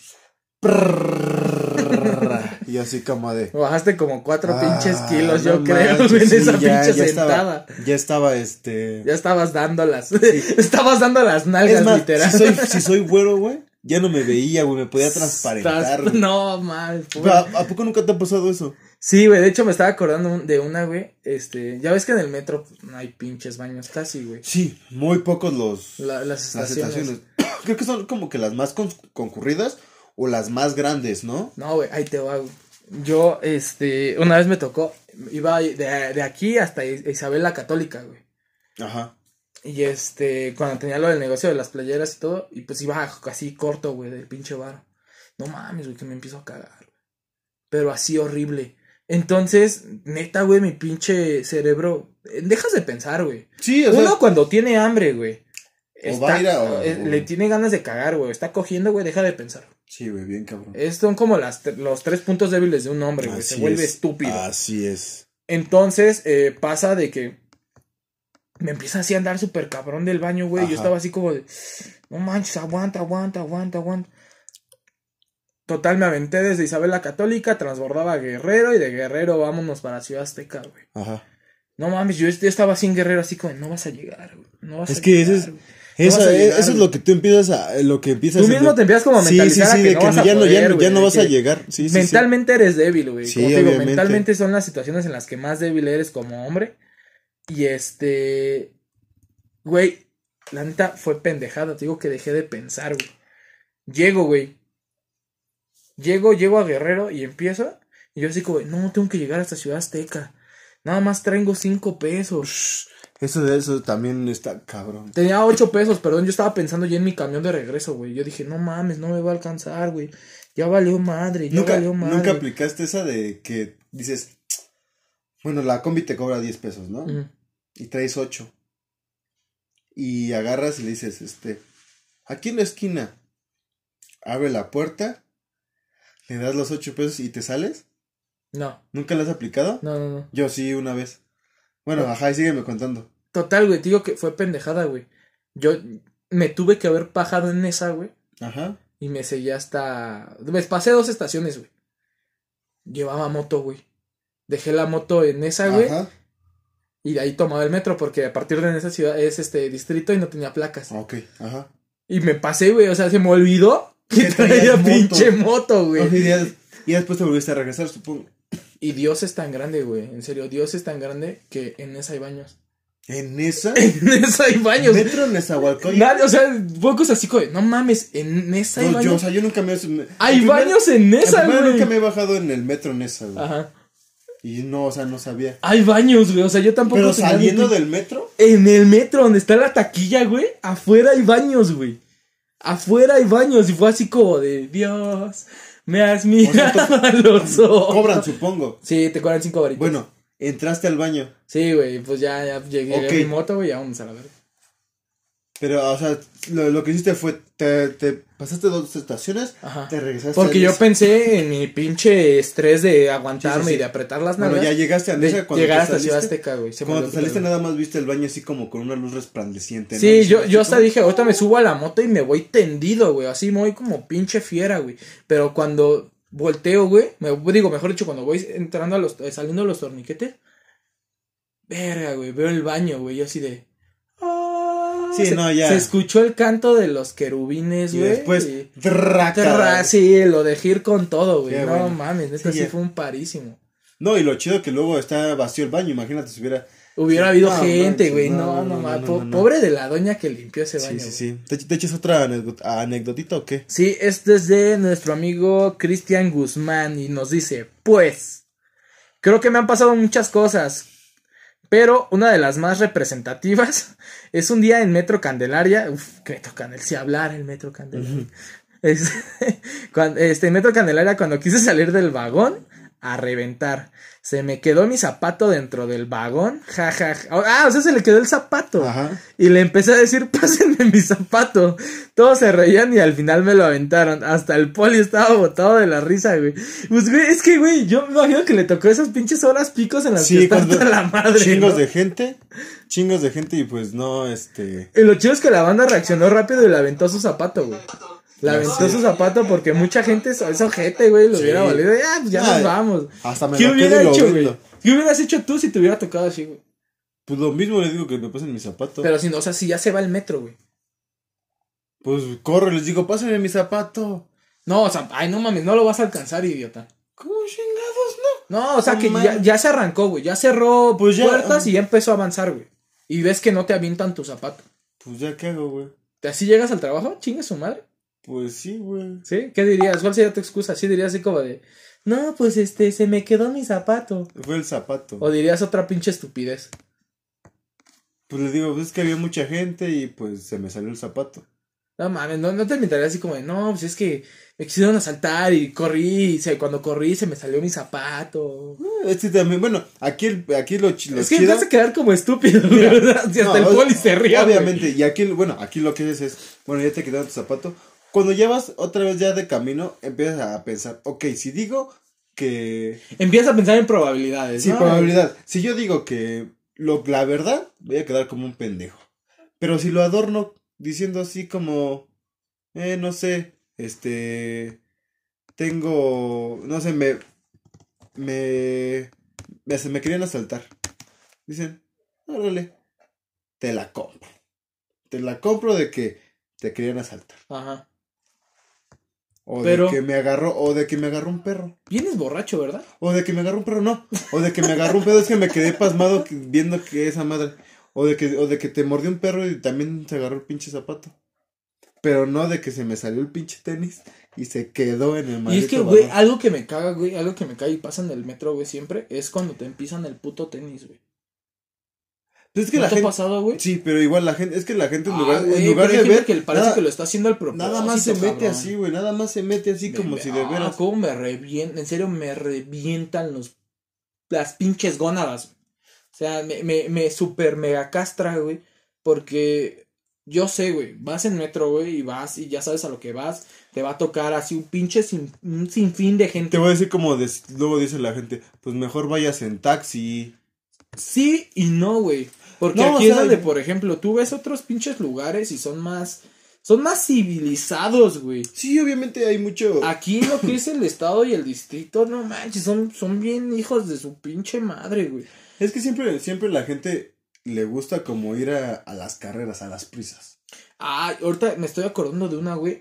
Y así como de... Bajaste como 4 pinches kilos, yo no creo, manches, en sí, esa pinche Estaba, sentada. ya estaba, Ya estabas dándolas. Estabas dando las nalgas, Es más, literal. si soy güero, güey, ya no me veía, güey, me podía transparentar, güey. No, mal. ¿A poco nunca te ha pasado eso? Sí, güey, de hecho me estaba acordando de una, güey, ya ves que en el metro pues, no hay pinches baños casi, güey. Sí, muy pocos Las estaciones. Creo que son como que las más concurridas o las más grandes, ¿no? No, güey, ahí te va, güey. Yo, una vez me tocó, iba de aquí hasta Isabel la Católica, güey. Ajá. Y cuando tenía lo del negocio de las playeras y todo, y pues iba así corto, güey, del pinche bar. No mames, güey, que me empiezo a cagar, güey. Pero así horrible. Entonces, neta, güey, mi pinche cerebro, dejas de pensar, güey. Sí, o sea. Uno cuando tiene hambre, güey. Le tiene ganas de cagar, güey. Está cogiendo, güey, deja de pensar. Sí, güey, bien cabrón. Son como los 3 puntos débiles de un hombre, güey. Se vuelve estúpido. Así es. Entonces, pasa de que me empieza así a andar súper cabrón del baño, güey. Yo estaba así como de, no manches, aguanta. Total, me aventé desde Isabel la Católica, transbordaba a Guerrero y de Guerrero vámonos para Ciudad Azteca, güey. Ajá. No mames, yo estaba así en Guerrero, así como, no vas a llegar, güey. No vas a que llegar, eso es lo que tú empiezas a... Tú mismo te empiezas como a mentalizar a que no vas a poder, ya no vas a llegar. Sí, mentalmente eres débil, güey. Sí, como te digo, obviamente. mentalmente son las situaciones en las que más débil eres como hombre. Y güey, la neta fue pendejada. Te digo que dejé de pensar, güey. Llego a Guerrero y empiezo. Y yo así como, no, tengo que llegar hasta Ciudad Azteca. Nada más traigo 5 pesos. Eso también está cabrón. Tenía 8 pesos, perdón. Yo estaba pensando ya en mi camión de regreso, güey. Yo dije, no mames, no me va a alcanzar, güey. Ya valió madre, ¿Nunca aplicaste esa de que dices, bueno, la combi te cobra 10 pesos, ¿no? Uh-huh. Y traes 8. Y agarras y le dices, aquí en la esquina, abre la puerta, le das los 8 pesos y te sales? No. ¿Nunca la has aplicado? No. Yo sí, una vez. Bueno, y sígueme contando. Total, güey, te digo que fue pendejada, güey. Yo me tuve que haber bajado en esa, güey. Ajá. Y me seguí hasta... Me pasé 2 estaciones, güey. Llevaba moto, güey. Dejé la moto en esa, güey. Ajá. Y de ahí tomaba el metro, porque a partir de esa ciudad es distrito y no tenía placas. Ok, ajá. Y me pasé, güey, o sea, se me olvidó que traía pinche moto, güey. Y después te volviste a regresar, supongo. Y Dios es tan grande, güey. En serio, Dios es tan grande que en esa hay baños. ¿En esa? En esa hay baños. ¿Metro en Nezahualcóyotl? Nadie, o sea, pocos así como, no mames, en esa hay baños. Yo nunca me... Hay baños en esa, güey. Nunca me he bajado en el metro en esa, güey. Ajá. Y no, o sea, no sabía. Hay baños, güey, o sea, yo tampoco... ¿Pero saliendo del metro? En el metro, donde está la taquilla, güey, afuera hay baños, güey. Afuera hay baños, y fue así como de, Dios... Me has mirado a los ojos. Cobran, supongo. Sí, te cobran 5 varitos. Bueno, entraste al baño. Sí, güey, pues ya llegué a mi moto, güey, ya vamos a la verga. Pero, o sea, lo que hiciste fue, te pasaste 2 estaciones, ajá, te regresaste. Porque yo pensé en mi pinche estrés de aguantarme y de apretar las nalgas. Bueno, ya llegaste a Nesa cuando llegar hasta Ciudad Azteca, güey. Cuando te saliste nada más viste el baño así como con una luz resplandeciente. Sí, ¿no? yo hasta dije, ahorita me subo a la moto y me voy tendido, güey, así me voy como pinche fiera, güey. Pero cuando volteo, güey, mejor dicho, cuando voy entrando saliendo de los torniquetes, verga, güey, veo el baño, güey, yo así de... Sí, ya. Se escuchó el canto de los querubines, güey. Y después, sí, lo dejé ir con todo, güey. No bueno. mames, neta sí fue un parísimo. No, y lo chido que luego está vacío el baño, imagínate si hubiera habido gente, güey. No, pobre de la doña que limpió ese baño. Sí. ¿Te echas otra anecdotita o qué? Sí, este es de nuestro amigo Cristian Guzmán y nos dice, pues, creo que me han pasado muchas cosas, pero una de las más representativas es un día en Metro Candelaria. Metro Candelaria, si hablar el Metro Candelaria. En Metro Candelaria, cuando quise salir del vagón, a reventar. Se me quedó mi zapato dentro del vagón. Ja, ja, ja. Ah, o sea, se le quedó el zapato. Ajá. Y le empecé a decir, pásenme mi zapato. Todos se reían y al final me lo aventaron. Hasta el poli estaba botado de la risa, güey. Pues, güey, es que, güey, yo me imagino que le tocó esas pinches horas picos en las que está hasta la madre, chingos ¿no? de gente y pues no, Y lo chido es que la banda reaccionó rápido y le aventó su zapato, güey. Le aventó su zapato porque mucha gente es ojete, güey, lo hubiera valido. Ah, pues ya nos vamos. Hasta me ¿Qué lo hubiera quedo y lo hecho, vendo. güey? ¿Qué hubieras hecho tú si te hubiera tocado así, güey? Pues lo mismo le digo que me pasen mi zapato. Pero si no, o sea, si ya se va el metro, güey. Pues corro, les digo, pásenme mi zapato. No, o sea, ay, no mames, no lo vas a alcanzar, idiota. ¿Cómo chingados, no? No, o sea, No que mames. ya se arrancó, güey. Ya cerró Pues ya, puertas y ya empezó a avanzar, güey. Y ves que no te avientan tu zapato. Pues ya, ¿qué hago, güey? ¿Así llegas al trabajo? ¿Chingue su madre? Pues sí, güey. ¿Sí? ¿Qué dirías? ¿Cuál sería tu excusa? Sí, dirías así como de, no, pues se me quedó mi zapato. Fue el zapato. O dirías otra pinche estupidez. Pues le digo, pues es que había mucha gente y pues se me salió el zapato. No mames, no te inventarías así como de, no, pues es que me quisieron asaltar y corrí, y cuando corrí se me salió mi zapato. Este también, bueno, aquí lo chido. Es que me hace quedar como estúpido, ¿verdad? Si hasta el poli se ríe. Obviamente, y aquí, bueno, aquí lo que es, bueno, ya te quedaron tu zapato. Cuando ya vas otra vez ya de camino, empiezas a pensar, ok, si digo que... Empiezas a pensar en probabilidades, Sí, ¿no? probabilidad. Si yo digo que la verdad, voy a quedar como un pendejo. Pero si lo adorno diciendo así como, no sé, tengo, no sé, me querían asaltar. Dicen, órale, te la compro. Te la compro de que te querían asaltar. Ajá. De que me agarró un perro. Vienes borracho, ¿verdad? O de que me agarró un perro, no. O de que me agarró un pedo, es que me quedé pasmado viendo que esa madre. O de que te mordió un perro y también se agarró el pinche zapato. Pero no de que se me salió el pinche tenis y se quedó en el maldito. Y es que, güey, algo que me caga, güey, algo que me caga y pasa en el metro, güey, siempre, es cuando te empiezan el puto tenis, güey. Pues es que ¿No la te gente, ha pasado, güey? Sí, pero igual la gente, es que la gente en Güey, lugar pero de hay gente ver que parece nada, que lo está haciendo al propósito. nada más se mete cabrón. así, güey, nada más se mete así como si de veras. Cómo me revientan, en serio me revientan las pinches gónadas. O sea, me super mega castra, güey, porque yo sé, güey, vas en metro, güey, y vas y ya sabes a lo que vas, te va a tocar así un sinfín de gente. Te voy a decir como luego dice la gente, pues mejor vayas en taxi. Sí y no, güey. Porque No, aquí o es sea, donde, por ejemplo, tú ves otros pinches lugares y son más civilizados, güey. Sí, obviamente hay mucho. Aquí lo que es el estado y el distrito, no manches, son bien hijos de su pinche madre, güey. Es que siempre la gente le gusta como ir a las carreras, a las prisas. Ah, ahorita me estoy acordando de una, güey.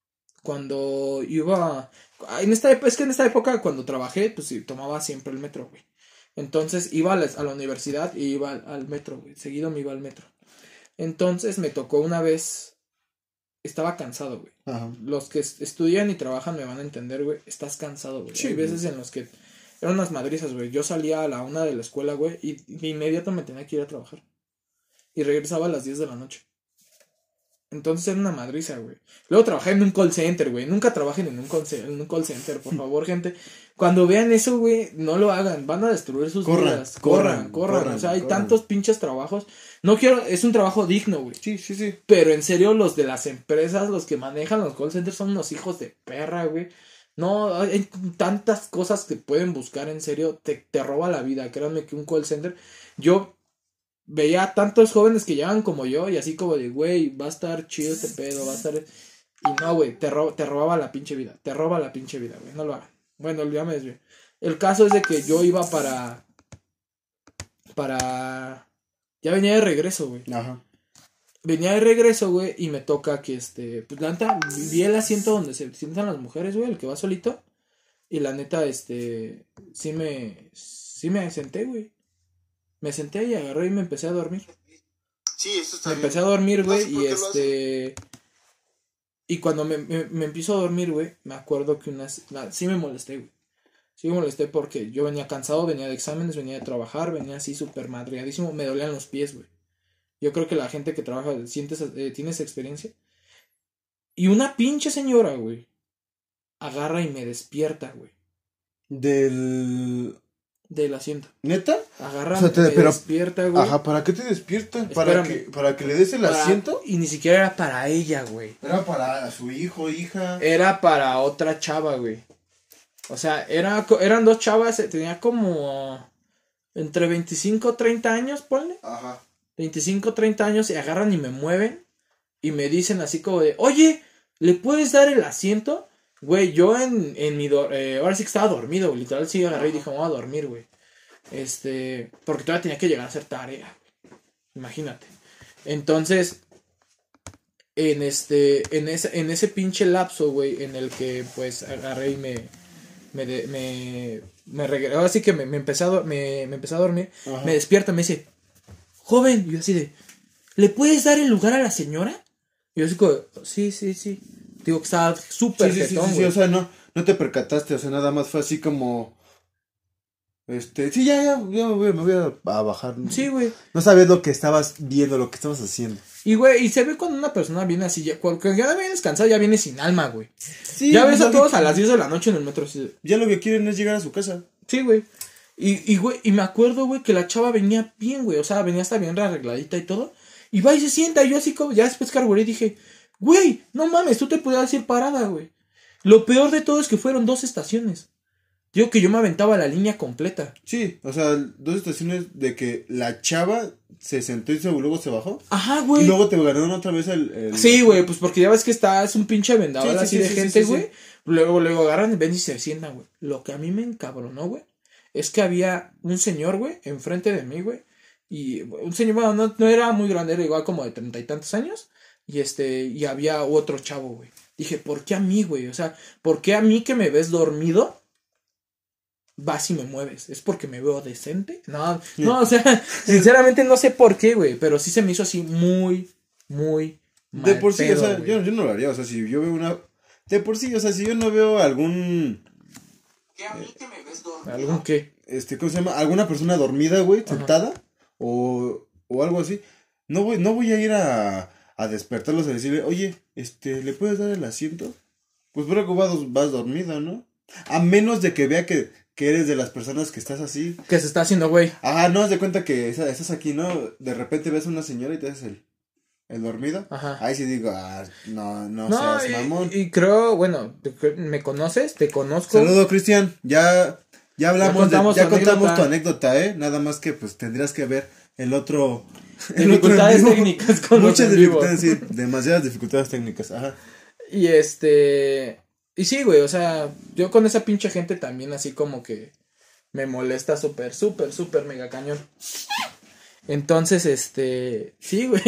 Cuando iba. Es que en esta época, cuando trabajé, pues sí, tomaba siempre el metro, güey. Entonces iba a la universidad y iba al metro, güey. Seguido me iba al metro. Entonces me tocó una vez. Estaba cansado, güey. Ajá. Los que estudian y trabajan me van a entender, güey. Estás cansado, güey. Sí, Hay veces en los que eran unas madrizas, güey. Yo salía a la 1 de la escuela, güey, y de inmediato me tenía que ir a trabajar. Y regresaba a las 10 de la noche. Entonces era una madriza, güey. Luego trabajé en un call center, güey. Nunca trabajen en un call center, por favor, gente. Cuando vean eso, güey, no lo hagan. Van a destruir sus vidas. Corran. O sea, hay tantos pinches trabajos. No quiero, es un trabajo digno, güey. Sí. Pero en serio, los de las empresas, los que manejan los call centers son unos hijos de perra, güey. No, hay tantas cosas que pueden buscar, en serio. Te roba la vida. Créanme que un call center. Yo veía a tantos jóvenes que llegan como yo y así como de, güey, va a estar chido este pedo, va a estar... Y no, güey, te robaba la pinche vida. Te roba la pinche vida, güey. No lo hagan. Bueno, ya me desvié. El caso es de que yo iba para... Ya venía de regreso, güey. Ajá. Venía de regreso, güey, y me toca que, pues la neta, vi el asiento donde se sientan las mujeres, güey, el que va solito. Y la neta, sí me senté, güey. Me senté y agarré y me empecé a dormir. Sí, eso está Me bien. empecé a dormir, No sé güey, por y qué lo hacen. Y cuando me empiezo a dormir, güey, me acuerdo que sí me molesté, güey. Sí me molesté porque yo venía cansado, venía de exámenes, venía de trabajar, venía así súper madreadísimo, me dolían los pies, güey. Yo creo que la gente que trabaja tiene esa experiencia. Y una pinche señora, güey, agarra y me despierta, güey. Del... Del asiento. ¿Neta? Agarra, O sea, me pero... despierta, güey. Ajá, ¿para qué te despierta? Espérame. ¿Para que le des el asiento? Y ni siquiera era para ella, güey. Era para su hijo, hija. Era para otra chava, güey. O sea, eran dos chavas, tenía como entre 25 30 años, ponle. Ajá. 25 30 años y agarran y me mueven y me dicen así como de, oye, ¿le puedes dar el asiento? Güey, yo en mi... ahora sí que estaba dormido, güey. Literal sí agarré y dije, voy a dormir, güey. Porque todavía tenía que llegar a hacer tarea. Imagínate. Entonces, en ese pinche lapso, güey, en el que pues agarré y me regresé. Ahora sí que me empecé a dormir. Ajá. Me despierta, me dice, joven, y yo así de, ¿le puedes dar el lugar a la señora? Y yo así como, sí. Digo que estaba súper jetón, sí, o sea, no te percataste, o sea, nada más fue así como... Sí, ya me voy a bajar. Sí, güey. No sabías lo que estabas viendo, lo que estabas haciendo. Y, güey, y se ve cuando una persona viene así, cuando ya viene descansada, ya viene sin alma, güey. Sí, ya ves a todos a las 10 de la noche en el metro así. Ya lo que quieren es llegar a su casa. Sí, güey. Y, güey, y me acuerdo, güey, que la chava venía bien, güey. O sea, venía hasta bien arregladita y todo. Y va y se sienta. Y yo así como, ya después carburé y dije, güey, no mames, tú te podías ir parada, güey. Lo peor de todo es que fueron 2 estaciones. Digo que yo me aventaba la línea completa. Sí, o sea, 2 estaciones de que la chava se sentó y luego se bajó. Ajá, güey. Y luego te ganaron otra vez el... Sí, güey, pues porque ya ves que es un pinche vendaval así de gente, güey. Sí. Luego agarran, ven y se sientan, güey. Lo que a mí me encabronó, güey, es que había un señor, güey, enfrente de mí, güey. Y un señor, bueno, no era muy grande, era igual como de 30 y tantos años. Y había otro chavo, güey. Dije, ¿por qué a mí, güey? O sea, ¿por qué a mí que me ves dormido vas y me mueves? ¿Es porque me veo decente? No, o sea, sinceramente no sé por qué, güey. Pero sí se me hizo así muy mal de por sí, pedo, o sea, güey. yo no lo haría. O sea, si yo veo una... De por sí, o sea, si yo no veo algún... ¿Qué a mí que me ves dormido? ¿Algún qué? ¿Cómo se llama? Alguna persona dormida, güey, sentada. O algo así. No voy a ir a despertarlos a decirle, oye, ¿le puedes dar el asiento? Pues creo que vas dormida, ¿no? A menos de que vea que eres de las personas que estás así. Que se está haciendo, güey. Ajá, no, haz de cuenta que estás aquí, ¿no? De repente ves a una señora y te haces el dormido. Ajá. Ahí sí digo, no seas mamón. Y creo, bueno, ¿me conoces? Te conozco. Saludo, Cristian. Ya hablamos, ya contamos tu anécdota. anécdota, nada más que pues tendrías que ver el otro... Dificultades en vivo. técnicas con los Muchas en vivo. dificultades, sí, demasiadas dificultades técnicas, ajá. Y y sí, güey, o sea, yo con esa pinche gente también así como que me molesta súper mega cañón. Entonces, sí, güey.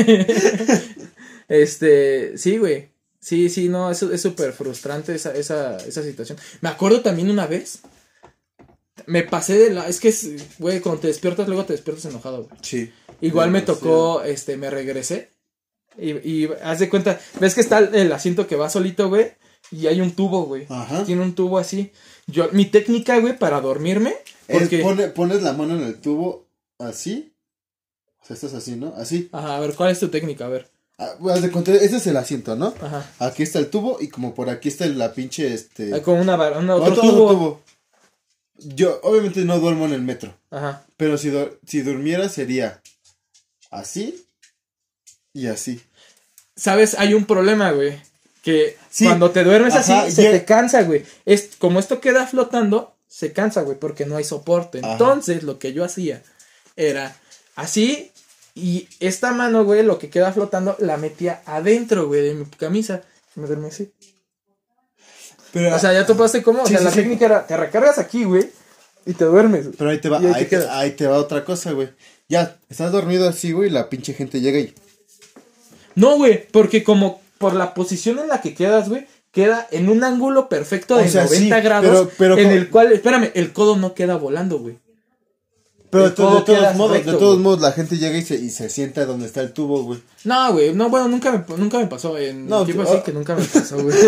Sí, güey. Sí, no, es súper frustrante esa situación. Me acuerdo también una vez, me pasé es que, güey, cuando te despiertas, luego te despiertas enojado, güey. Sí. Igual me tocó, me regresé. Y haz de cuenta, ves que está el asiento que va solito, güey. Y hay un tubo, güey. Ajá. Tiene un tubo así. Mi técnica, güey, para dormirme. Porque... Pones la mano en el tubo así. O sea, estás así, ¿no? Así. Ajá, a ver, ¿cuál es tu técnica? A ver. Haz de cuenta, este es el asiento, ¿no? Ajá. Aquí está el tubo y como por aquí está la pinche, Hay como otro otro tubo. tubo. Yo, obviamente, no duermo en el metro. Ajá. Pero si durmiera sería así y así. ¿Sabes? Hay un problema, güey. Que Sí. cuando te duermes Ajá, así, se te cansa, güey. Como esto queda flotando, se cansa, güey, porque no hay soporte. Ajá. Entonces, lo que yo hacía era así, y esta mano, güey, lo que queda flotando, la metía adentro, güey, de mi camisa. Me dormí así. Pero, O sea, ya topaste cómo. O sí, sea, sí, la sí. técnica era, te recargas aquí, güey, y te duermes. Güey. Pero ahí te va, Y ahí te quedas. ahí te va otra cosa, güey. Ya, estás dormido así, güey, la pinche gente llega y... No, güey, porque como por la posición en la que quedas, güey, queda en un ángulo perfecto de O sea, 90 sí, grados, pero en el cual, espérame, el codo no queda volando, güey. Pero El codo queda de recto, todos güey. modos, la gente llega y se sienta donde está el tubo, güey. No, güey, no, bueno, nunca me pasó, en No, tiempo tú- así que nunca me pasó, güey.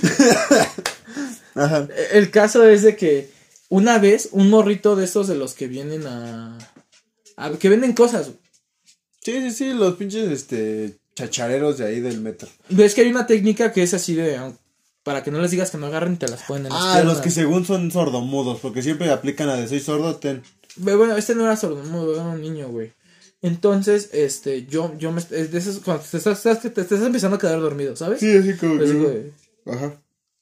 Ajá. El caso es de que una vez, un morrito de estos de los que vienen que venden cosas, güey. Sí, los pinches, chachareros de ahí del metro. Ves que hay una técnica que es así de, para que no les digas que no agarren y te las ponen en las Ah, piernas. los que según son sordomudos, porque siempre aplican la de soy sordo, ten. Bueno, este no era sordomudo, era un niño, güey. Entonces, yo me... Es de esos, cuando te estás empezando a quedar dormido, ¿sabes? Sí, así como Así, que... güey. Ajá.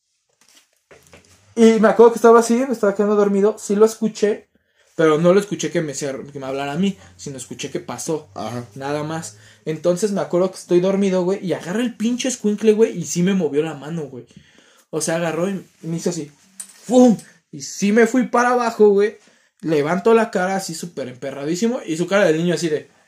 Y me acuerdo que estaba así, me estaba quedando dormido. Sí lo escuché, pero no lo escuché que me hablara a mí, sino escuché que pasó. Ajá. Nada más. Entonces me acuerdo que estoy dormido, güey, y agarra el pinche escuincle, güey, y sí me movió la mano, güey. O sea, agarró y me hizo así. ¡Fum! Y sí me fui para abajo, güey. Levanto la cara así súper emperradísimo. Y su cara del niño así de...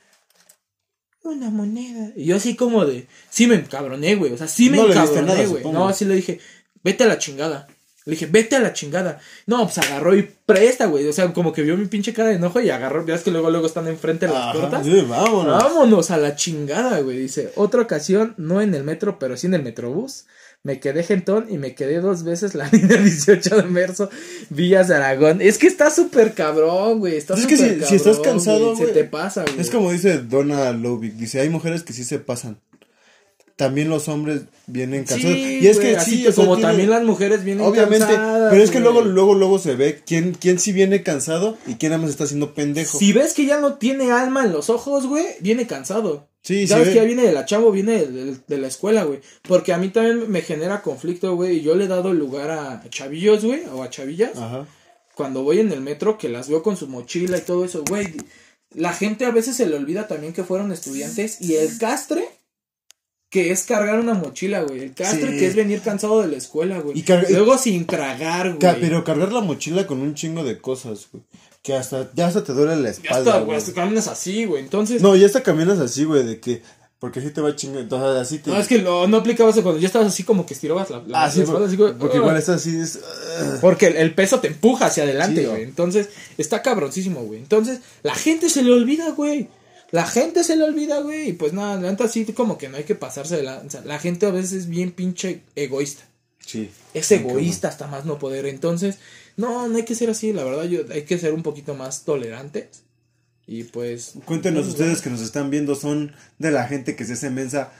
Una moneda. Y yo así como de... Sí me encabroné, güey. O sea, sí me No le diste encabroné, nada, güey. supongo. No, así le dije... Vete a la chingada. Le dije, vete a la chingada. No, pues agarró y presta, güey. O sea, como que vio mi pinche cara de enojo y agarró. Veas que luego están enfrente de las Ajá, puertas. sí, vámonos. Vámonos a la chingada, güey. Dice, otra ocasión, no en el metro, pero sí en el metrobús. Me quedé gentón y me quedé 2 veces la línea 18 de Merso, Villas de Aragón. Es que está súper cabrón, güey. Está Es que súper si cabrón, estás cansado, se güey, te pasa, güey. Es como dice Donna Lovic, dice, hay mujeres que sí se pasan. También los hombres vienen cansados. Sí, Y es güey, que así sí, que o sea, como tiene- también las mujeres vienen obviamente, cansadas, pero es que güey. luego se ve quién sí viene cansado y quién nada más está haciendo pendejo. Si ves que ya no tiene alma en los ojos, güey, viene cansado. Sí, Sabes sí, que ya viene de la chavo, viene de la escuela, güey. Porque a mí también me genera conflicto, güey. Y yo le he dado lugar a chavillos, güey, o a chavillas. Ajá. Cuando voy en el metro, que las veo con su mochila y todo eso, güey. La gente a veces se le olvida también que fueron estudiantes. Y el castre que es cargar una mochila, güey. El castre Sí. que es venir cansado de la escuela, güey. Y carga- Luego sin tragar, güey. Pero cargar la mochila con un chingo de cosas, güey. Que ya hasta te duele la Ya espalda, está, güey. güey. Hasta caminas así, güey. Entonces. No, ya hasta caminas así, güey, de que... Porque así te va chingo, entonces así te... No, es que no aplicabas eso cuando ya estabas así como que estirabas la Ah, sí, espalda, así, güey. porque igual estás así... Es... Porque el peso te empuja hacia adelante, Sí, güey. ¿no? Entonces, está cabroncísimo, güey. Entonces, la gente se le olvida, güey. La gente se le olvida, güey. Y pues nada, la neta así como que no hay que pasarse de la... O sea, la gente a veces es bien pinche egoísta. Sí. Es egoísta hasta más no poder. Entonces, no hay que ser así. La verdad, hay que ser un poquito más tolerantes. Y pues... Cuéntenos pues, ustedes que nos están viendo, ¿son de la gente que se hace mensa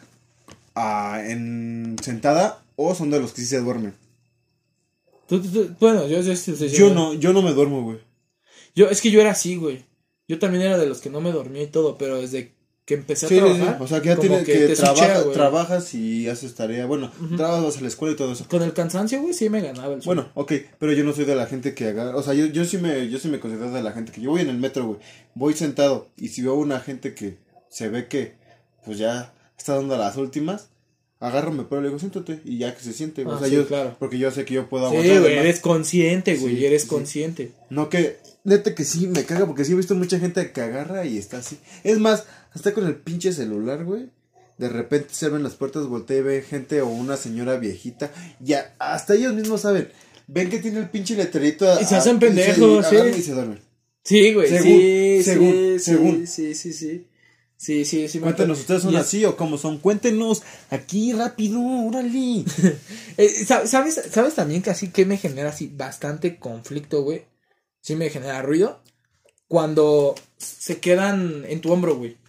sentada o son de los que sí se duermen? Bueno, Yo no me duermo, güey. Es que yo era así, güey. Yo también era de los que no me dormía y todo, pero desde que empecé a Sí, trabajar... o sea, que ya como tienes que te switchea, güey. trabajas y haces tarea. Bueno, trabajas a la escuela y todo eso. Con el cansancio, güey, sí me ganaba el sueño. Bueno, ok, pero yo no soy de la gente que agarra, o sea, yo sí me considero de la gente que yo voy en el metro, güey, voy sentado y si veo una gente que se ve que pues ya está dando las últimas, agarro, me paro y le digo, siéntate y ya que se siente, o Ah, sea, sí, yo, claro. porque yo sé que yo puedo Sí, aguantar. güey, además. eres consciente, güey, Sí, eres sí. consciente. No que, neta que sí, me caga porque sí he visto mucha gente que agarra y está así. Es más, hasta con el pinche celular, güey. De repente se abren las puertas, voltea y ve gente o una señora viejita. Ya, hasta ellos mismos saben. Ven que tiene el pinche letrerito. Y se hacen pendejos, sí. agarran y se duermen. Sí, güey, Según. Sí, Cuéntenos, ¿ustedes son Y es- así o cómo son? Cuéntenos aquí rápido, órale. ¿Sabes también que así que me genera así bastante conflicto, güey? Sí me genera ruido. Cuando se quedan en tu hombro, güey.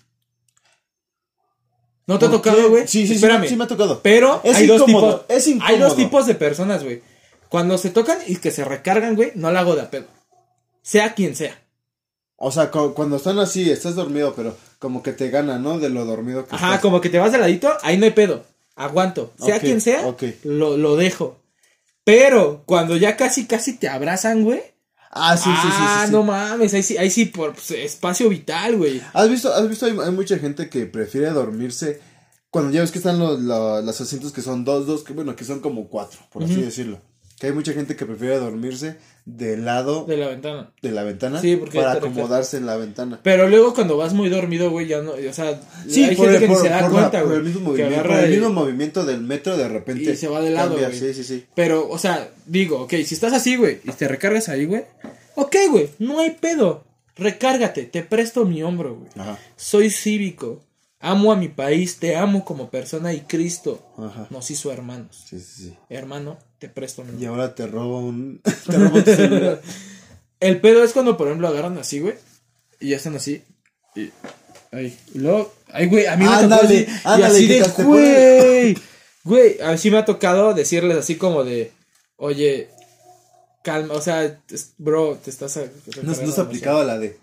¿No te ha ¿Por qué? tocado, güey? Sí, Espérame. sí me ha tocado. Pero Es hay dos incómodo, tipos. es incómodo. Hay dos tipos de personas, güey. Cuando se tocan y que se recargan, güey, no la hago de a pedo. Sea quien sea. O sea, cuando están así, estás dormido, pero como que te gana, ¿no? De lo dormido que Ajá, estás. como que te vas de ladito, ahí no hay pedo. Aguanto. Sea Ok, quien sea, ok. lo dejo. Pero cuando ya casi te abrazan, güey. Ah, sí. No mames, ahí sí por pues, espacio vital, güey. ¿Has visto? Hay mucha gente que prefiere dormirse cuando ya ves que están los asientos que son dos, que bueno, que son como 4, por así decirlo. Que hay mucha gente que prefiere dormirse del lado De la ventana. de la ventana Sí, porque para te recarga. acomodarse en la ventana. Pero luego cuando vas muy dormido, güey, ya no, o sea, Sí, hay por gente que ni por- se da por cuenta, por güey. el mismo que movimiento, agarra por el y- mismo movimiento del metro de repente y se va de lado, cambia, güey. sí. Pero, o sea, digo, ok, si estás así, güey, y te recargas ahí, güey. Ok, güey, no hay pedo. Recárgate, te presto mi hombro, güey. Ajá. Soy cívico. Amo a mi país, te amo como persona y Cristo Ajá. nos hizo hermanos. Sí. Hermano, te presto mi Y hombro. ahora te robo te robo tu celular. El pedo es cuando, por ejemplo, agarran así, güey, y ya están así. Y luego, ay, güey, a mí me tocó Ándale, así, y ándale, así que de, te güey. Güey, a mí sí me ha tocado decirles así como de, oye, calma, o sea, bro, te estás... No se aplicaba la de...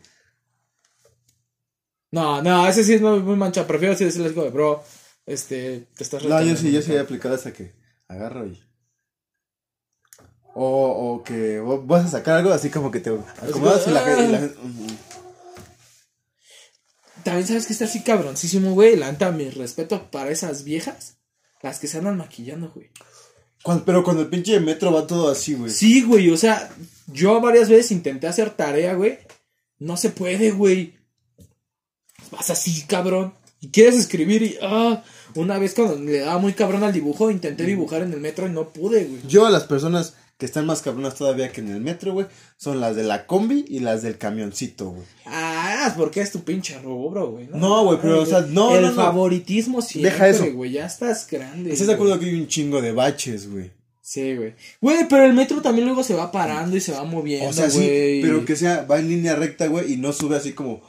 No, ese sí es muy mancha. Prefiero así decirles como, bro, te estás... No, yo sí he aplicado hasta que agarro y... O que vas a sacar algo así como que te acomodas y la gente... También sabes que está así cabroncísimo, güey. La neta, mi respeto para esas viejas. Las que se andan maquillando, güey. Pero cuando el pinche metro va todo así, güey. Sí, güey, o sea, yo varias veces intenté hacer tarea, güey. No se puede, güey. Vas así, cabrón. Y quieres escribir y... una vez cuando le daba muy cabrón al dibujo, intenté dibujar en el metro y no pude, güey. Yo a las personas que están más cabronas todavía que en el metro, güey, son las de la combi y las del camioncito, güey. Porque es tu pinche rubro, güey. No, güey, pero, o sea, no. El favoritismo siempre, deja eso, güey, ya estás grande. ¿Estás de acuerdo que hay un chingo de baches, güey? Sí, güey. Güey, pero el metro también luego se va parando y se va moviendo, o sea, güey. Sí, pero que va en línea recta, güey, y no sube así como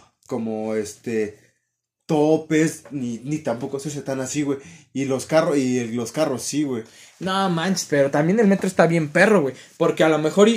topes, ni tampoco se hace tan así, güey. Y los carros sí, güey. No manches, pero también el metro está bien perro, güey. Porque a lo mejor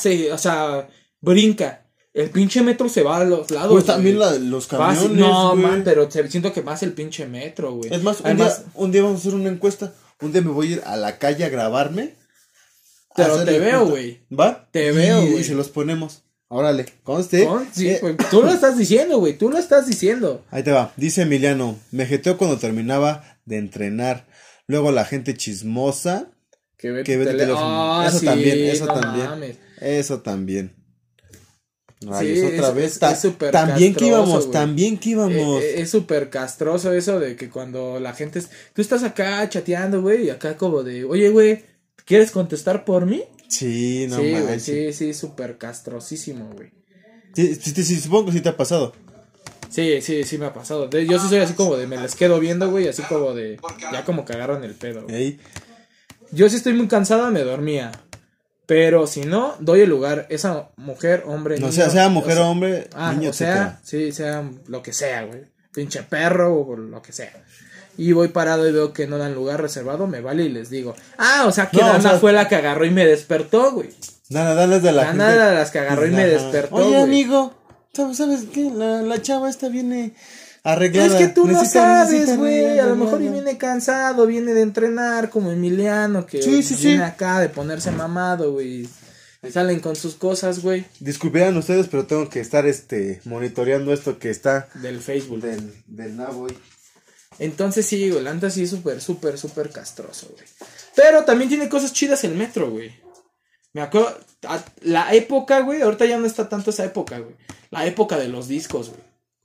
brinca. El pinche metro se va a los lados. Pues también los camiones, no, güey. man, pero siento que más el pinche metro, güey. Es más, además, un día vamos a hacer una encuesta. Un día me voy a ir a la calle a grabarme. Pero te veo, güey. ¿Va? Te veo, güey. Y se los ponemos. Órale, conste. Sí, tú lo estás diciendo, güey. Tú lo estás diciendo. Ahí te va. Dice Emiliano, me jeteó cuando terminaba de entrenar. Luego la gente chismosa que ve teléfono. Eso sí, también. Mames. Eso también. Rayos, sí, otra vez. Es súper también castroso, que íbamos. Es súper castroso eso de que cuando la gente... Tú estás acá chateando, güey, y acá como de... Oye, güey, ¿quieres contestar por mí? Sí, no sí, manches. Sí, súper castrosísimo, güey. Sí, supongo que sí te ha pasado. Sí, me ha pasado. Yo sí soy así como de... Me les quedo viendo, güey, así como de... Ya como que agarran el pedo, güey. Yo sí estoy muy cansada, me dormía. Pero si no, doy el lugar. Esa mujer, hombre, no, niño, sea mujer o hombre, niño, etcétera. Sí, sea lo que sea, güey. Pinche perro o lo que sea. Y voy parado y veo que no dan lugar reservado, me vale y les digo. O sea que Dana fue la que agarró y me despertó, güey. Dana es de la gente. Dana de las que agarró y me despertó, Oye, güey. Amigo, ¿sabes qué? La chava esta viene arreglada. Es que tú no sabes, güey. A lo mejor viene cansado, viene de entrenar, como Emiliano, que viene acá de ponerse mamado, güey. Salen con sus cosas, güey. Disculpen ustedes, pero tengo que estar monitoreando esto que está del Facebook. Del Navoy. Entonces sí, güey, la neta sí es súper castroso, güey. Pero también tiene cosas chidas el metro, güey. Me acuerdo, la época, güey, ahorita ya no está tanto esa época, güey. La época de los discos, güey.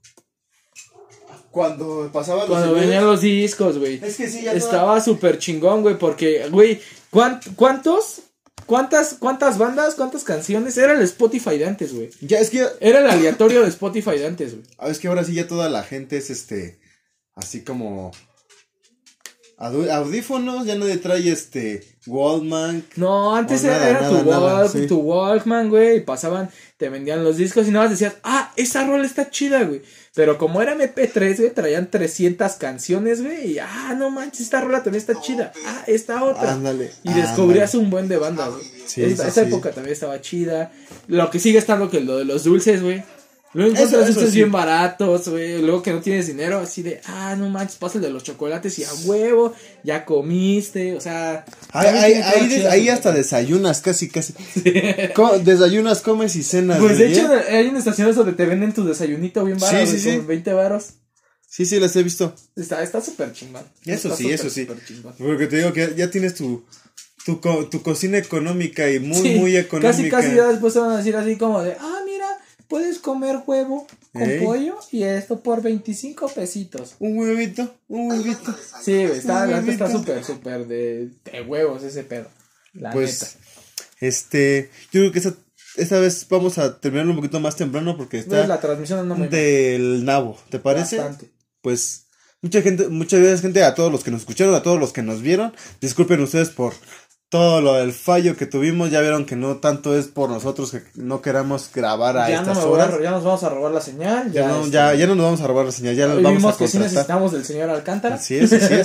Cuando venían los discos, güey. Es que sí, ya estaba súper chingón, güey, porque, güey, ¿cuántas bandas, cuántas canciones? Era el Spotify de antes, güey. Ya, es que... Era el aleatorio de Spotify de antes, güey. Es que ahora sí ya toda la gente es así como... audífonos, ya nadie trae Walkman. No, antes era tu Walkman, güey, y pasaban, te vendían los discos y nada más decías, esa rola está chida, güey. Pero como era MP3, güey, traían 300 canciones, güey, y no manches, esta rola también está chida. Esta otra. Ándale. Y descubrías un buen de bandas, güey. Sí, esa época también estaba chida. Lo que sigue estando que lo de los dulces, güey. Luego encuentras dulces bien baratos, güey. Luego que no tienes dinero, así de, no manches, pasa el de los chocolates y a huevo, ya comiste, o sea. Ahí hasta desayunas, casi. Desayunas, comes y cenas. Pues de hecho, hay una estación donde te venden tu desayunito bien barato, sí. con 20 varos. Sí, las he visto. Está súper chingón. Eso sí. Porque te digo que ya tienes tu cocina económica y muy económica. Casi ya después te van a decir así como de, mira, puedes comer huevo con pollo y esto por 25 pesitos. Un huevito. Sí, güey, está súper de huevos ese pedo. La neta. Yo creo que esta vez vamos a terminar un poquito más temprano porque está la transmisión del Nabo, ¿te parece? Bastante. Pues muchas gracias, gente, a todos los que nos escucharon, a todos los que nos vieron. Disculpen ustedes por todo lo del fallo que tuvimos. Ya vieron que no tanto es por nosotros que no queramos grabar a estas horas. Ya nos vamos a robar la señal. Ya no nos vamos a robar la señal. Ya nos vamos a contratar. Que sí necesitamos del señor Alcántara. Así es.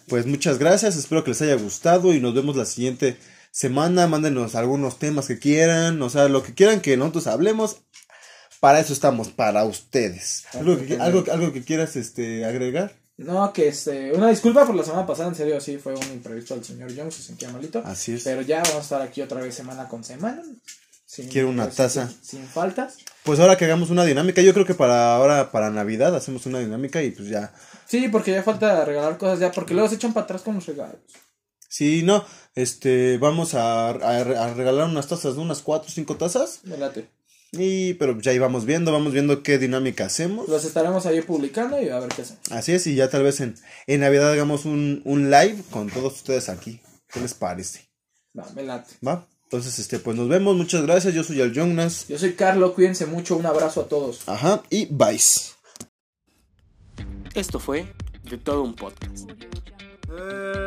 pues muchas gracias, espero que les haya gustado y nos vemos la siguiente semana. Mándenos algunos temas que quieran, o sea, lo que quieran que nosotros hablemos. Para eso estamos, para ustedes. ¿Algo que quieras agregar? No, que una disculpa por la semana pasada, en serio, sí, fue un imprevisto al señor Young, se sentía malito. Así es. Pero ya vamos a estar aquí otra vez semana con semana. Quiero una taza. Sin faltas. Pues ahora que hagamos una dinámica, yo creo que para Navidad hacemos una dinámica y pues ya. Sí, porque ya falta regalar cosas ya, porque luego se echan para atrás con los regalos. Sí, no, vamos a regalar unas tazas, unas 4 o 5 tazas. Me late. Pero ya vamos viendo qué dinámica hacemos. Los estaremos ahí publicando y a ver qué hacemos. Así es, y ya tal vez en Navidad hagamos un live con todos ustedes aquí. ¿Qué les parece? Va, me late. Va, entonces pues nos vemos, muchas gracias, yo soy el Jonas. Yo soy Carlos, cuídense mucho, un abrazo a todos. Ajá, y bye. Esto fue De Todo Un Podcast.